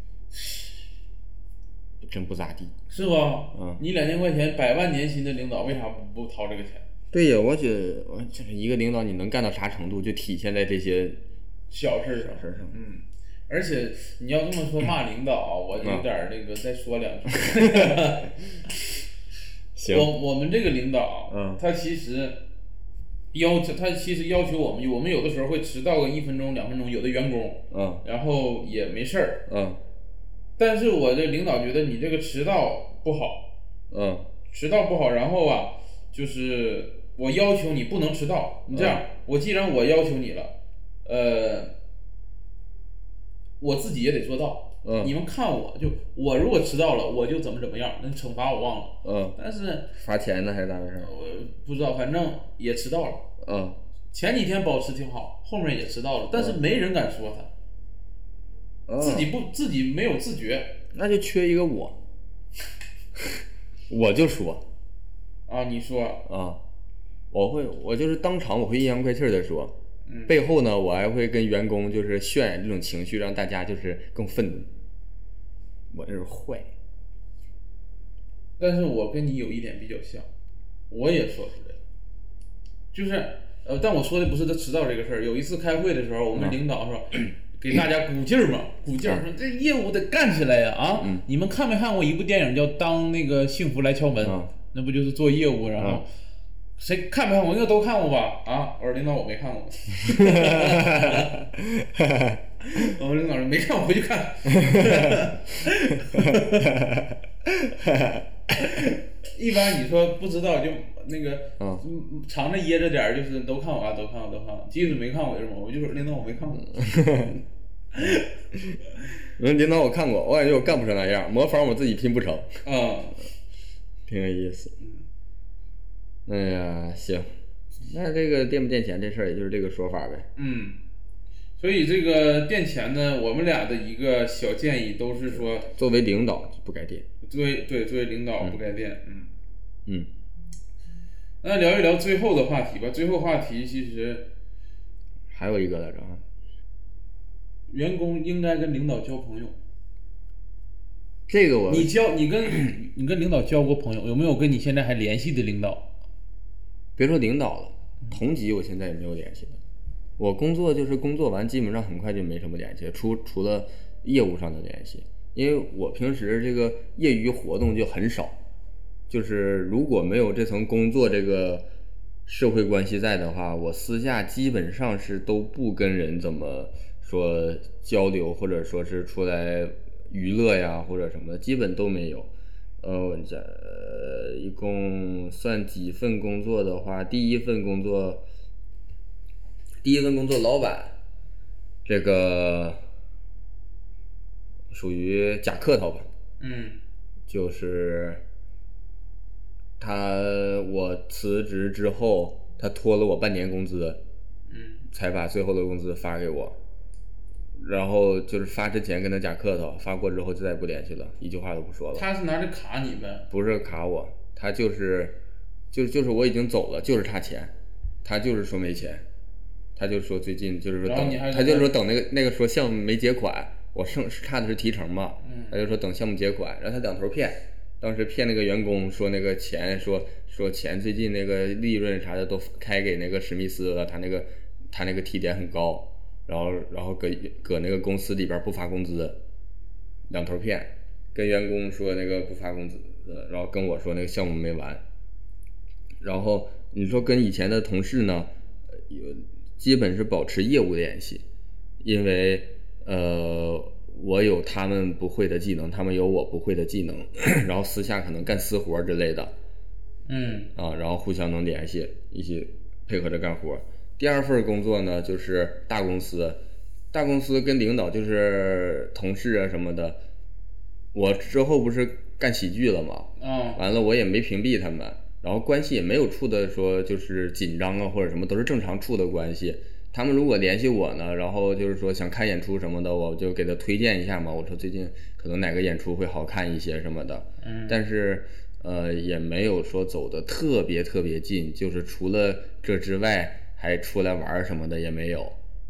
真不咋地， 是吧？你2000块钱100万年薪的领导，为啥不掏这个钱？ 对呀，我觉得就是一个领导你能干到啥程度，就体现在这些小事上。而且你要这么说骂领导，我有点那个再说2句。 行， 我们这个领导，他其实要求我们有的时候会迟到个1分钟2分钟，有的员工，然后也没事儿，但是我这领导觉得你这个迟到不好，迟到不好，然后啊，就是我要求你不能迟到，你这样，我既然我要求你了，我自己也得做到。你们看我如果迟到了，我就怎么样，那惩罚我忘了。但是罚钱呢还是咋回事？ 我不知道，反正也迟到了。前几天保持挺好，后面也迟到了，但是没人敢说他。自己没有自觉， 那就缺一个我就说啊，你说啊，我就是当场我会阴阳怪气的说， 背后呢，我还会跟员工就是渲染这种情绪，让大家就是更愤怒。我这是坏。 但是我跟你有一点比较像，我也说出来了，就是但我说的不是他迟到这个事儿。有一次开会的时候，我们领导说给大家鼓劲儿嘛，鼓劲儿说这业务得干起来呀你们看没看过一部电影叫《当那个幸福来敲门》？那不就是做业务，然后谁看没看过？应该都看过吧？我说领导我没看过。我们领导说没看，我回去看。一般你说不知道就那个藏着掖着点，就是都看过都看过。即使没看过什么，我就说领导我没看过。 领导我看过，我感觉我干不成那样，模仿我自己拼不成。挺有意思。哎呀，行，那这个垫不垫钱这事儿，也就是这个说法呗。 所以这个垫钱呢，我们俩的一个小建议都是说， 作为领导不该垫。 对，作为领导不该垫。那聊一聊最后的话题吧。最后话题其实还有一个来着员工应该跟领导交朋友。 这个你跟领导交过朋友？有没有跟你现在还联系的领导？ 别说领导了，同级我现在也没有联系的。我工作就是工作完基本上很快就没什么联系，除了业务上的联系。因为我平时这个业余活动就很少，就是如果没有这层工作这个社会关系在的话，我私下基本上是都不跟人怎么说交流，或者说是出来娱乐呀或者什么，基本都没有。一共算几份工作的话，第一份工作老板这个属于假客套吧。就是我辞职之后，他拖了我半年工资，才把最后的工资发给我。然后就是发之前跟他假客套，发过之后就再也不联系了，一句话都不说了。 他是拿着卡你呗？ 不是卡我，他就是我已经走了，就是差钱，他就是说没钱，他就说最近就是说等，他就是说等那个说项目没结款，我差的是提成嘛，他就说等项目结款，然后他两头骗，当时骗那个员工说那个钱说钱最近那个利润啥的都开给那个史密斯了，他那个提点很高。然后搁那个公司里边不发工资，两头骗，跟员工说那个不发工资，然后跟我说那个项目没完。然后你说跟以前的同事呢，基本是保持业务联系，因为我有他们不会的技能，他们有我不会的技能，然后私下可能干私活之类的，然后互相能联系，一起配合着干活。第二份工作呢，就是大公司跟领导就是同事啊什么的。我之后不是干喜剧了吗？完了我也没屏蔽他们，然后关系也没有处的说就是紧张啊或者什么，都是正常处的关系。他们如果联系我呢，然后就是说想看演出什么的，我就给他推荐一下嘛，我说最近可能哪个演出会好看一些什么的。但是也没有说走的特别特别近，就是除了这之外还出来玩什么的也没有。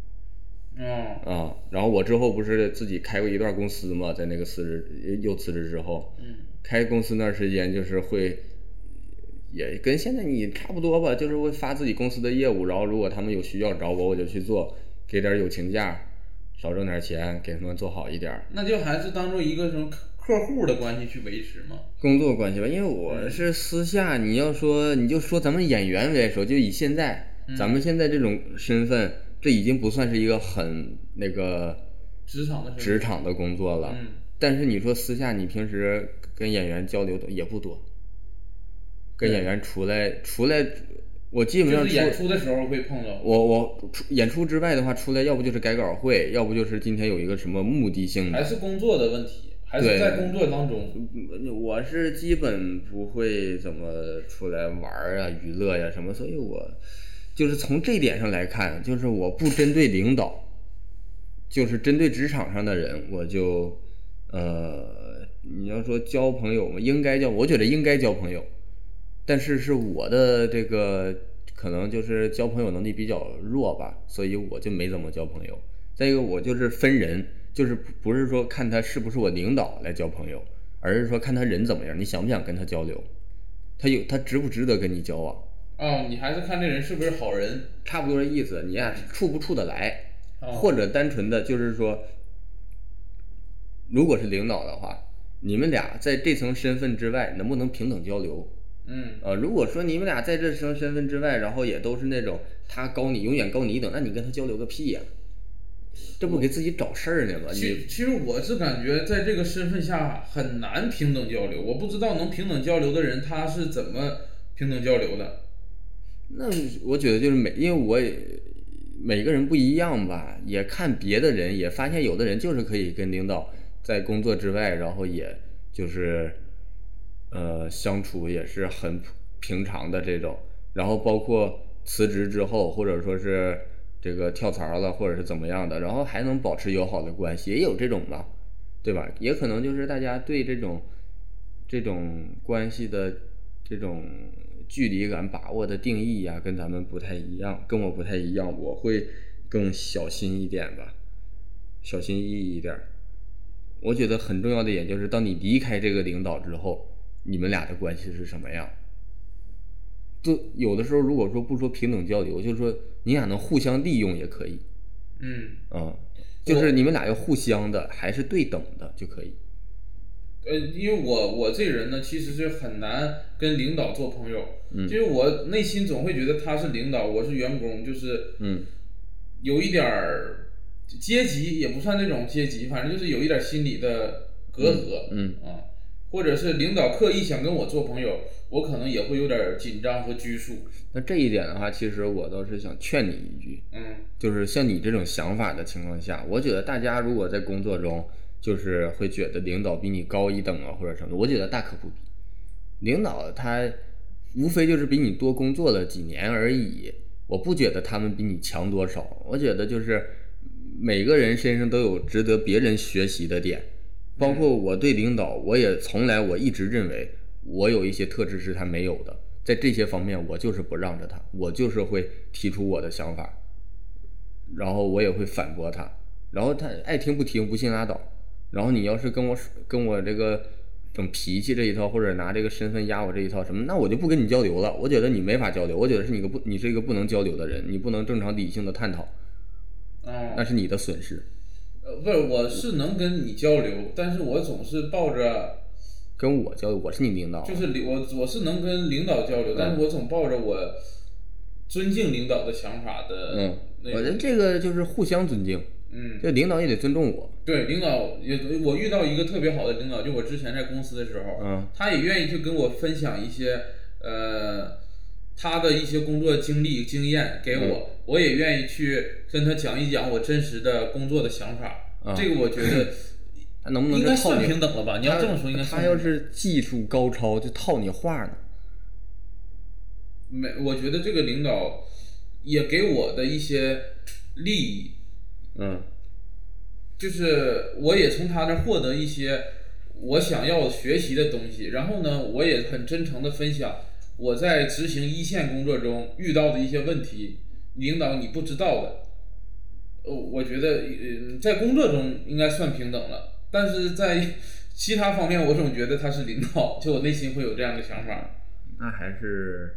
然后我之后不是自己开过一段公司嘛，在那个辞职之后，开公司那段时间就是会也跟现在你差不多吧，就是会发自己公司的业务，然后如果他们有需要找我就去做，给点友情价，少挣点钱，给他们做好一点。 那就还是当做一个什么客户的关系去维持嘛， 工作关系吧。因为我是私下，你就说咱们演员来说，就以现在咱们现在这种身份，这已经不算是一个很那个职场的工作了。但是你说私下，你平时跟演员交流也不多，跟演员出来，我基本上就是演出的时候会碰到。 我演出之外的话，出来要不就是改稿会，要不就是今天有一个什么目的性的， 还是工作的问题，还是在工作当中。 我是基本不会怎么出来玩啊、娱乐呀什么，所以我就是从这点上来看，就是我不针对领导，就是针对职场上的人，我就你要说交朋友嘛，我觉得应该交朋友，但是我的这个可能就是交朋友能力比较弱吧，所以我就没怎么交朋友。再一个，我就是分人，就是不是说看他是不是我领导来交朋友，而是说看他人怎么样，你想不想跟他交流，他值不值得跟你交往。 哦，你还是看这人是不是好人， 差不多的意思，你俩处不处得来，或者单纯的就是说，如果是领导的话，你们俩在这层身份之外能不能平等交流？如果说你们俩在这层身份之外，然后也都是那种他高你永远高你一等，那你跟他交流个屁呀，这不给自己找事儿呢吗？ 其实我是感觉在这个身份下很难平等交流，我不知道能平等交流的人他是怎么平等交流的。 那我觉得就是因为我也每个人不一样吧，也看别的人，也发现有的人就是可以跟领导在工作之外，然后也就是相处也是很平常的这种，然后包括辞职之后，或者说是这个跳槽了，或者是怎么样的，然后还能保持友好的关系，也有这种吧，对吧？也可能就是大家对这种关系的这种距离感把握的定义呀，跟咱们不太一样，跟我不太一样，我会更小心一点吧，小心翼翼一点。我觉得很重要的一点就是，当你离开这个领导之后，你们俩的关系是什么样？就有的时候，如果说不说平等交流，就是说你俩能互相利用也可以。就是你们俩要互相的，还是对等的就可以。 因为我这人呢，其实是很难跟领导做朋友，就是我内心总会觉得他是领导，我是员工，就是有一点儿阶级，也不算那种阶级，反正就是有一点心理的隔阂，或者是领导刻意想跟我做朋友，我可能也会有点紧张和拘束。 那这一点的话，其实我倒是想劝你一句，就是像你这种想法的情况下，我觉得大家如果在工作中就是会觉得领导比你高一等啊，或者什么，我觉得大可不必。领导他无非就是比你多工作了几年而已，我不觉得他们比你强多少。我觉得就是每个人身上都有值得别人学习的点，包括我对领导，我一直认为我有一些特质是他没有的，在这些方面我就是不让着他，我就是会提出我的想法，然后我也会反驳他，然后他爱听不听，不信拉倒。然后你要是跟我这个整脾气这一套，或者拿这个身份压我这一套什么，那我就不跟你交流了。我觉得你没法交流，我觉得你是一个不能交流的人，你不能正常理性的探讨，那是你的损失。 不是，我是能跟你交流，但是我总是抱着跟我交流，我是你领导， 就是我是能跟领导交流，但是我总抱着我尊敬领导的想法的。 我觉得这个就是互相尊敬。这领导也得尊重我。 对，领导我遇到一个特别好的领导，就我之前在公司的时候，他也愿意去跟我分享一些他的一些工作经历经验给我，我也愿意去跟他讲一讲我真实的工作的想法。这个我觉得他能不能应该算平等了吧？你要这么说，应该算。 他要是技术高超，就套你话呢。 我觉得这个领导也给我的一些利益。就是我也从他那获得一些我想要学习的东西，然后呢，我也很真诚的分享我在执行一线工作中遇到的一些问题，领导你不知道的。我觉得在工作中应该算平等了，但是在其他方面我总觉得他是领导，就我内心会有这样的想法。 那还是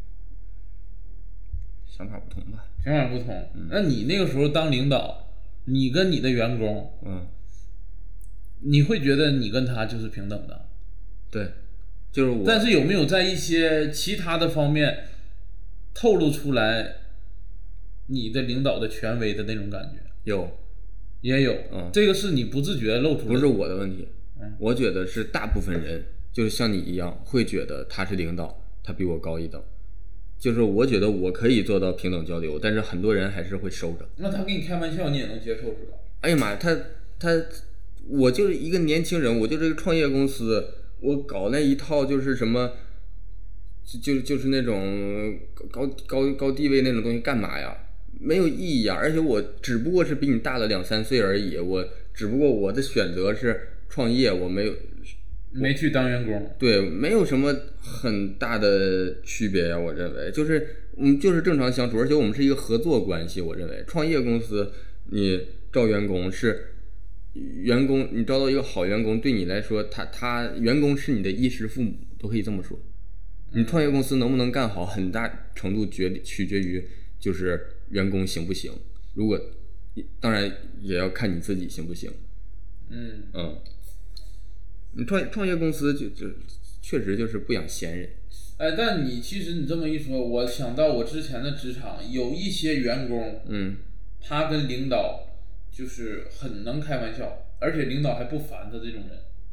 想法不同吧。 想法不同。那你那个时候当领导，你跟你的员工，你会觉得你跟他就是平等的？ 对，就是我。 但是有没有在一些其他的方面透露出来你的领导的权威的那种感觉？ 有， 也有。这个是你不自觉露出的。 不是我的问题，我觉得是大部分人就是像你一样会觉得他是领导，他比我高一等。就是我觉得我可以做到平等交流，但是很多人还是会收着。 那他跟你开玩笑，你也能接受是吧？ 哎呀妈呀，我就是一个年轻人，我就这个创业公司，我搞那一套就是什么，就是那种高地位那种东西干嘛呀？没有意义啊！而且我只不过是比你大了2-3岁而已，我只不过我的选择是创业，我没有没去当员工， 对，没有什么很大的区别呀，我认为就是正常相处，而且我们是一个合作关系。我认为创业公司你招员工是员工，你招到一个好员工，对你来说，他员工是你的衣食父母，都可以这么说。你创业公司能不能干好，很大程度取决于就是员工行不行。如果当然也要看你自己行不行。你创业公司就确实就是不养闲人。 哎，但其实你这么一说，我想到我之前的职场有一些员工，他跟领导就是很能开玩笑，而且领导还不烦他这种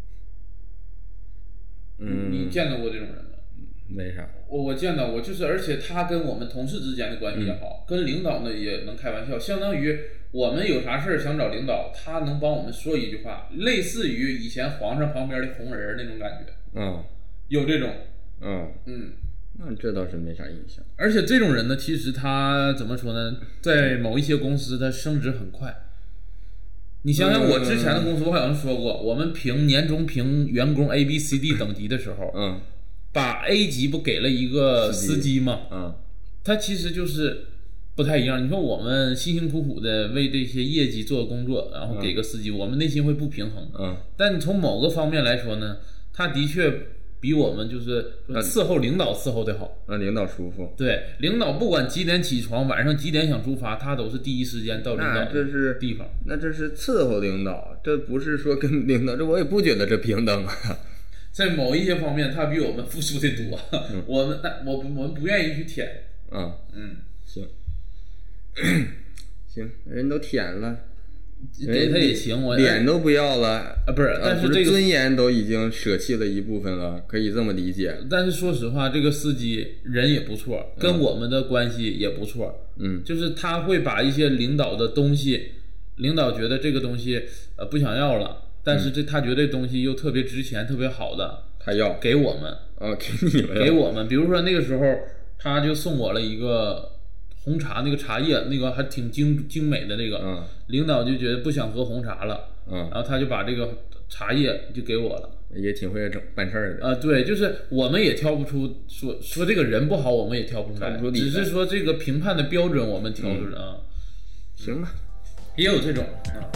人。你见到过这种人吗？ 没啥。 我见到过，就是而且他跟我们同事之间的关系也好，跟领导呢也能开玩笑，相当于我们有啥事儿想找领导，他能帮我们说一句话，类似于以前皇上旁边的红人那种感觉。有这种。 那这倒是没啥印象。 而且这种人呢，其实他怎么说呢，在某一些公司他升职很快。你想想我之前的公司，我好像说过，我们年终评员工 A、B、C、D 等级的时候，把 A 级不给了一个司机吗？他其实就是不太一样。你说我们辛辛苦苦的为这些业绩做工作，然后给个司机，我们内心会不平衡。但你从某个方面来说呢，他的确比我们就是伺候领导伺候的好， 让领导舒服。 对，领导不管几点起床，晚上几点想出发，他都是第一时间到领导的地方。 那这是伺候领导，这不是说跟领导，这我也不觉得这平等啊。 在某一些方面，他比我们付出的多，我们不愿意去舔。 行，行，人都舔了。 给他也行，我脸都不要了不是，但是这个尊严都已经舍弃了一部分了，可以这么理解。 但是说实话，这个司机人也不错，跟我们的关系也不错。就是他会把一些领导的东西，领导觉得这个东西不想要了，但是他觉得这东西又特别值钱、特别好的， 他要给我们。 给你们， 给我们。比如说那个时候，他就送我了一个红茶，那个茶叶那个还挺精美的那个，领导就觉得不想喝红茶了，然后他就把这个茶叶就给我了， 也挺会办事儿的。 对，就是我们也挑不出说这个人不好，我们也挑不出来，只是说这个评判的标准我们挑出来行吧， 也有这种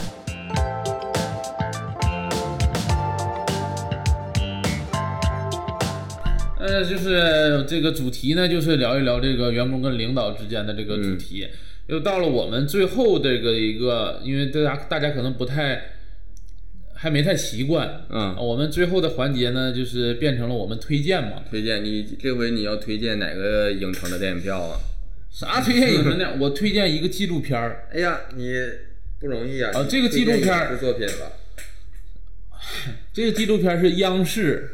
就是这个主题呢，就是聊一聊这个员工跟领导之间的这个主题。又到了我们最后这个一个，因为大家可能还没太习惯，我们最后的环节呢，就是变成了我们推荐嘛。 推荐你这回你要推荐哪个影城的电影票啊？ 啥推荐影城的？我推荐一个纪录片。 哎呀，你不容易啊！ 这个纪录片是作品吧？ 这个纪录片是央视。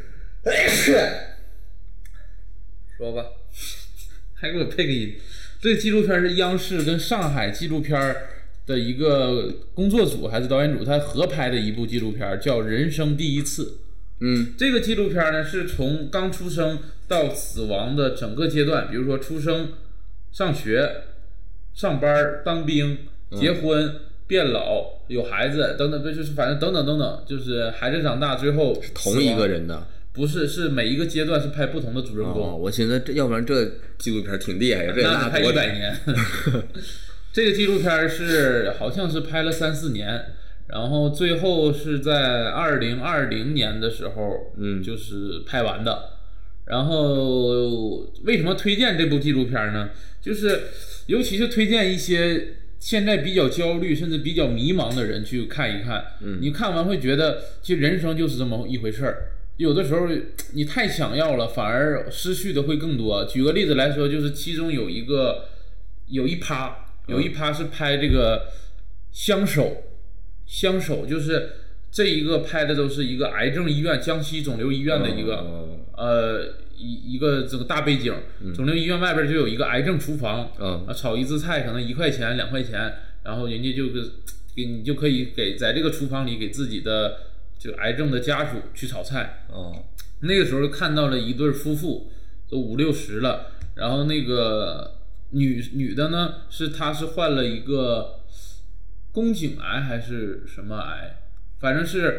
说吧， 还给我配个音。这个纪录片是央视跟上海纪录片的一个工作组还是导演组，他合拍的一部纪录片，叫《人生第一次》。这个纪录片呢，是从刚出生到死亡的整个阶段，比如说出生、上学、上班、当兵、结婚、变老、有孩子等等，就是反正等等等等，就是孩子长大最后同一个人的。 不是，是每一个阶段是拍不同的主人公。 我寻思要不然这纪录片挺厉害呀，这那拍100年。这个纪录片好像是拍了3-4年，然后最后是在2020年的时候，就是拍完的。然后为什么推荐这部纪录片呢？就是尤其是推荐一些现在比较焦虑甚至比较迷茫的人去看一看。你看完会觉得，其实人生就是这么一回事儿。有的时候你太想要了，反而失去的会更多。举个例子来说，就是其中有一趴是拍这个相守，就是这一个拍的都是一个癌症医院，江西肿瘤医院的一个一个这个大背景。肿瘤医院外边就有一个癌症厨房，炒一次菜可能1块钱2块钱，然后人家你就可以在这个厨房里给自己的就癌症的家属去炒菜。那个时候看到了一对夫妇，都50-60了，然后那个女的呢，她是患了一个宫颈癌还是什么癌，反正是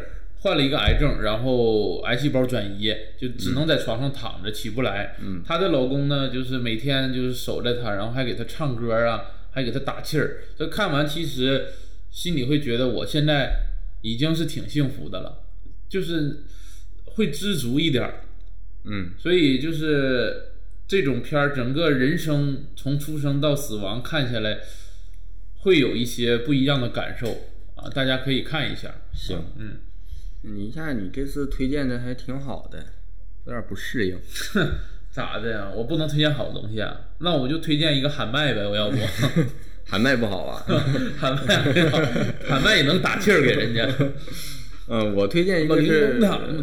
患了一个癌症，然后癌细胞转移，就只能在床上躺着起不来。她的老公呢，就是每天就是守着她，然后还给她唱歌啊，还给她打气儿。这看完其实心里会觉得我现在已经是挺幸福的了，就是会知足一点。所以就是这种片儿，整个人生从出生到死亡看下来，会有一些不一样的感受啊，大家可以看一下。 行，你这次推荐的还挺好的，有点不适应。 咋的呀？我不能推荐好东西啊，那我就推荐一个喊麦呗，我要不。 喊麦不好啊。 喊麦也能打气儿给人家。 我推荐一个是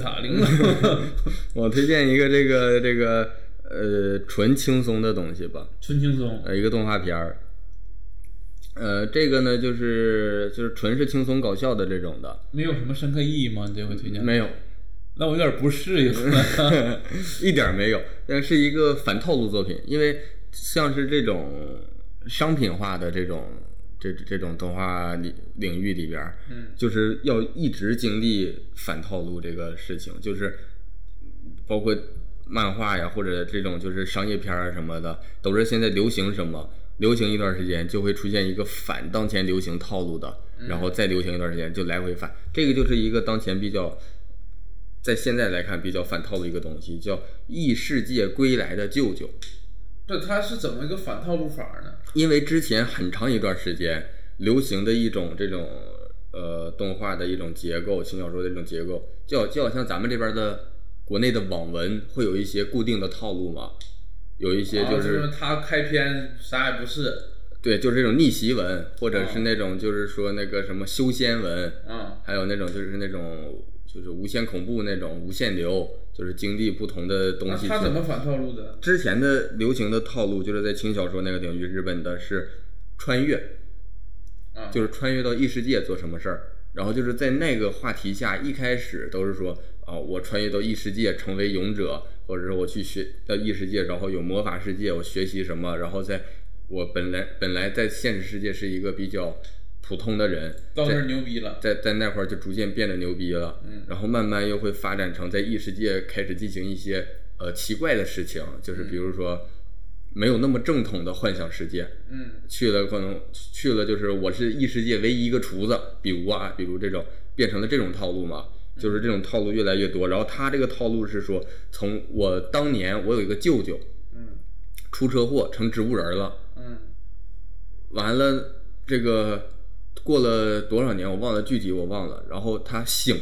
我推荐一个这个纯轻松的东西吧。 纯轻松。 一个动画片儿。这个呢就是纯是轻松搞笑的这种的。没有什么深刻意义吗？你这回推荐？ 没有。 那我有点不适应。 一点没有，但是一个反套路作品，因为像是这种商品化的这种动画领域里边，就是要一直经历反套路这个事情，就是包括漫画呀，或者这种就是商业片啊什么的，都是现在流行什么，流行一段时间就会出现一个反当前流行套路的，然后再流行一段时间就来回反，这个就是一个当前比较，在现在来看比较反套路一个东西，叫异世界归来的舅舅。 这它是怎么一个反套路法呢？ 因为之前很长一段时间流行的一种这种动画的一种结构，轻小说的一种结构，就好像咱们这边的国内的网文会有一些固定的套路嘛，有一些就是他开篇啥也不是， 对，就是这种逆袭文，或者是那种就是说那个什么修仙文，还有那种就是那种就是无限恐怖那种无限流，就是经历不同的东西。 他怎么反套路的？ 之前的流行的套路就是在轻小说那个领域，日本的是穿越，就是穿越到异世界做什么事儿，然后就是在那个话题下，一开始都是说我穿越到异世界成为勇者，或者是我去学到异世界，然后有魔法世界，我学习什么，然后我本来在现实世界是一个比较普通的人， 到那儿牛逼了， 在那块儿就逐渐变得牛逼了，然后慢慢又会发展成在异世界开始进行一些奇怪的事情，就是比如说没有那么正统的幻想世界，去了可能去了就是我是异世界唯一一个厨子，比如这种变成了这种套路嘛，就是这种套路越来越多。然后他这个套路是说，从我当年我有一个舅舅，出车祸成植物人了，完了这个过了多少年我忘了具体我忘了，然后他醒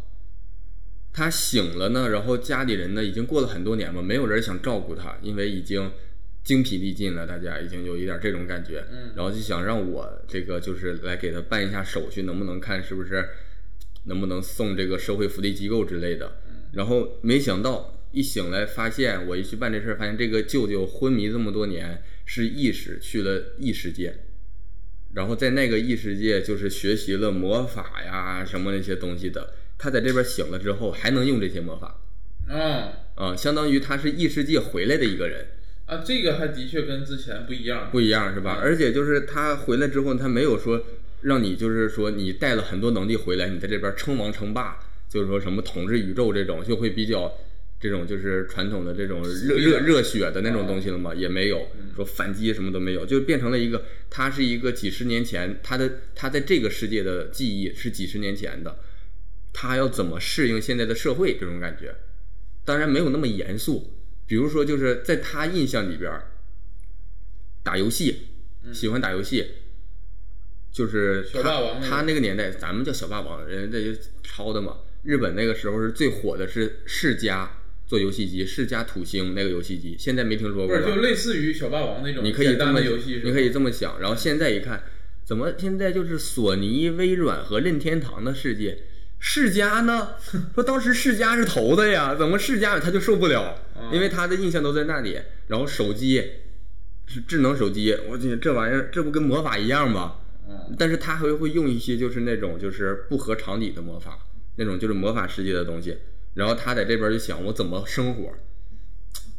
了呢，然后家里人呢已经过了很多年嘛，没有人想照顾他，因为已经精疲力尽了，大家已经有一点这种感觉，然后就想让我这个就是来给他办一下手续，能不能看是不是能不能送这个社会福利机构之类的，然后没想到一醒来发现，我一去办这事，发现这个舅舅昏迷这么多年是意识去了异世界，然后在那个异世界就是学习了魔法呀什么那些东西的，他在这边醒了之后还能用这些魔法，相当于他是异世界回来的一个人啊，这个还的确跟之前不一样是吧？而且就是他回来之后，他没有说让你就是说你带了很多能力回来，你在这边称王称霸，就是说什么统治宇宙这种，就会比较这种就是传统的这种热血的那种东西了嘛，也没有说反击什么都没有，就变成了一个他是一个几十年前他在这个世界的记忆是几十年前的，他要怎么适应现在的社会这种感觉，当然没有那么严肃。比如说就是在他印象里边打游戏，喜欢打游戏，就是他那个年代咱们叫小霸王，人家就抄的嘛。日本那个时候是最火的是世嘉做游戏机，世嘉土星那个游戏机，现在没听说过吧？ 不是，就类似于小霸王那种简单的游戏， 你可以这么想。然后现在一看，怎么现在就是索尼、微软和任天堂的世界，世嘉呢？说当时世嘉是头的呀，怎么世嘉他就受不了？因为他的印象都在那里。然后手机是智能手机，我去，这玩意儿这不跟魔法一样吗？但是他还会用一些就是那种就是不合常理的魔法，那种就是魔法世界的东西。然后他在这边就想我怎么生活，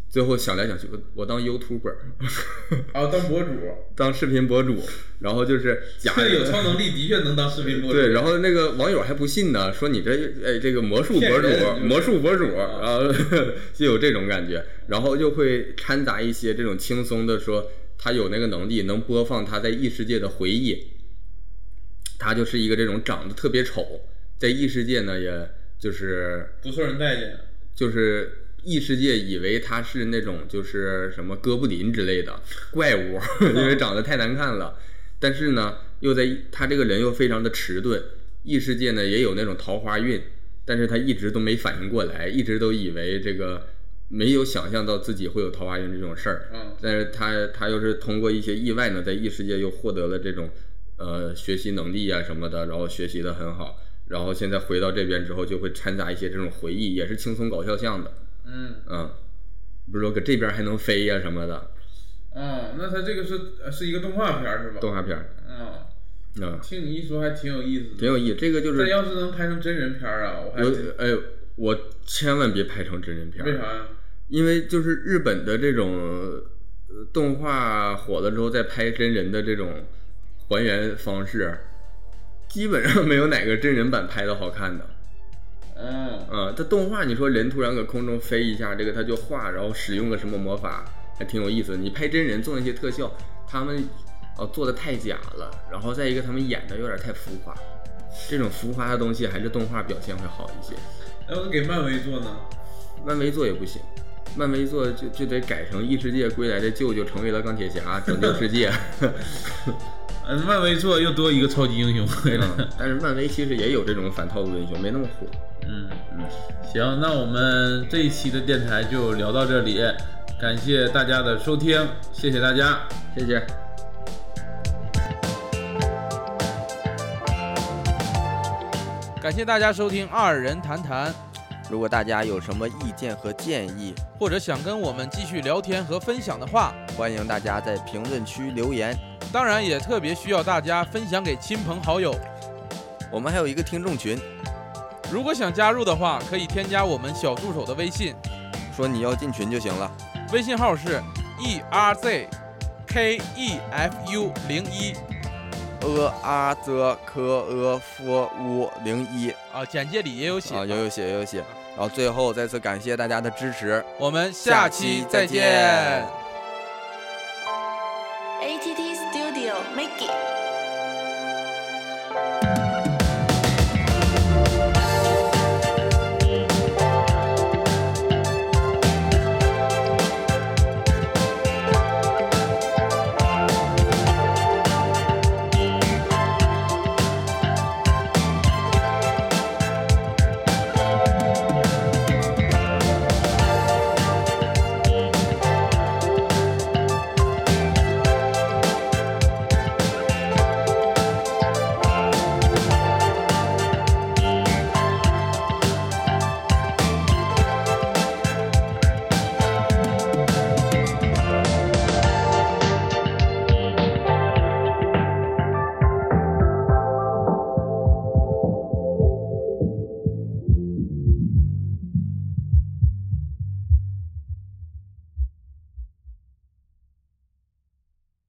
最后想来想去，我当 YouTuber， 当博主， 当视频博主，然后就是假的有超能力的确能当视频博主。 对，然后那个网友还不信呢，说你这个魔术博主，然后就有这种感觉，然后就会掺杂一些这种轻松的说他有那个能力能播放他在异世界的回忆，他就是一个这种长得特别丑，在异世界呢也就是不受人待见， 就是异世界以为他是那种就是什么哥布林之类的怪物，因为长得太难看了。但是呢，又在他这个人又非常的迟钝，异世界呢也有那种桃花运，但是他一直都没反应过来，一直都以为这个没有想象到自己会有桃花运这种事儿。但是他又是通过一些意外呢，在异世界又获得了这种学习能力啊什么的，然后学习的很好，然后现在回到这边之后就会掺杂一些这种回忆，也是轻松搞笑向的。不是说搁这边还能飞呀什么的。 那他这个是一个动画片是吧？ 动画片。 听你一说还挺有意思的。 挺有意思，这个就是。 但要是能拍成真人片啊， 我千万别拍成真人片。 为啥呀？ 因为就是日本的这种动画火了之后再拍真人的这种还原方式，基本上没有哪个真人版拍的好看的。它动画你说人突然搁空中飞一下，这个他就画，然后使用个什么魔法，还挺有意思的。你拍真人做那些特效，他们做的太假了，然后再一个他们演的有点太浮夸，这种浮夸的东西还是动画表现会好一些。 要是给漫威做呢？ 漫威做也不行，漫威做就得改成异世界归来的舅舅成为了钢铁侠拯救世界。 漫威做又多一个超级英雄回来。 但是漫威其实也有这种反套路的英雄，没那么火。 行，那我们这一期的电台就聊到这里，感谢大家的收听，谢谢大家， 谢谢。 感谢大家收听二人谈谈。 如果大家有什么意见和建议， 或者想跟我们继续聊天和分享的话， 欢迎大家在评论区留言。 当然也特别需要大家分享给亲朋好友。 我们还有一个听众群， 如果想加入的话，可以添加我们小助手的微信， 说你要进群就行了。 微信号是 ERZKEFU01。 ERZKEFU01 简介里也有写有写。然后最后再次感谢大家的支持， 我们下期再见。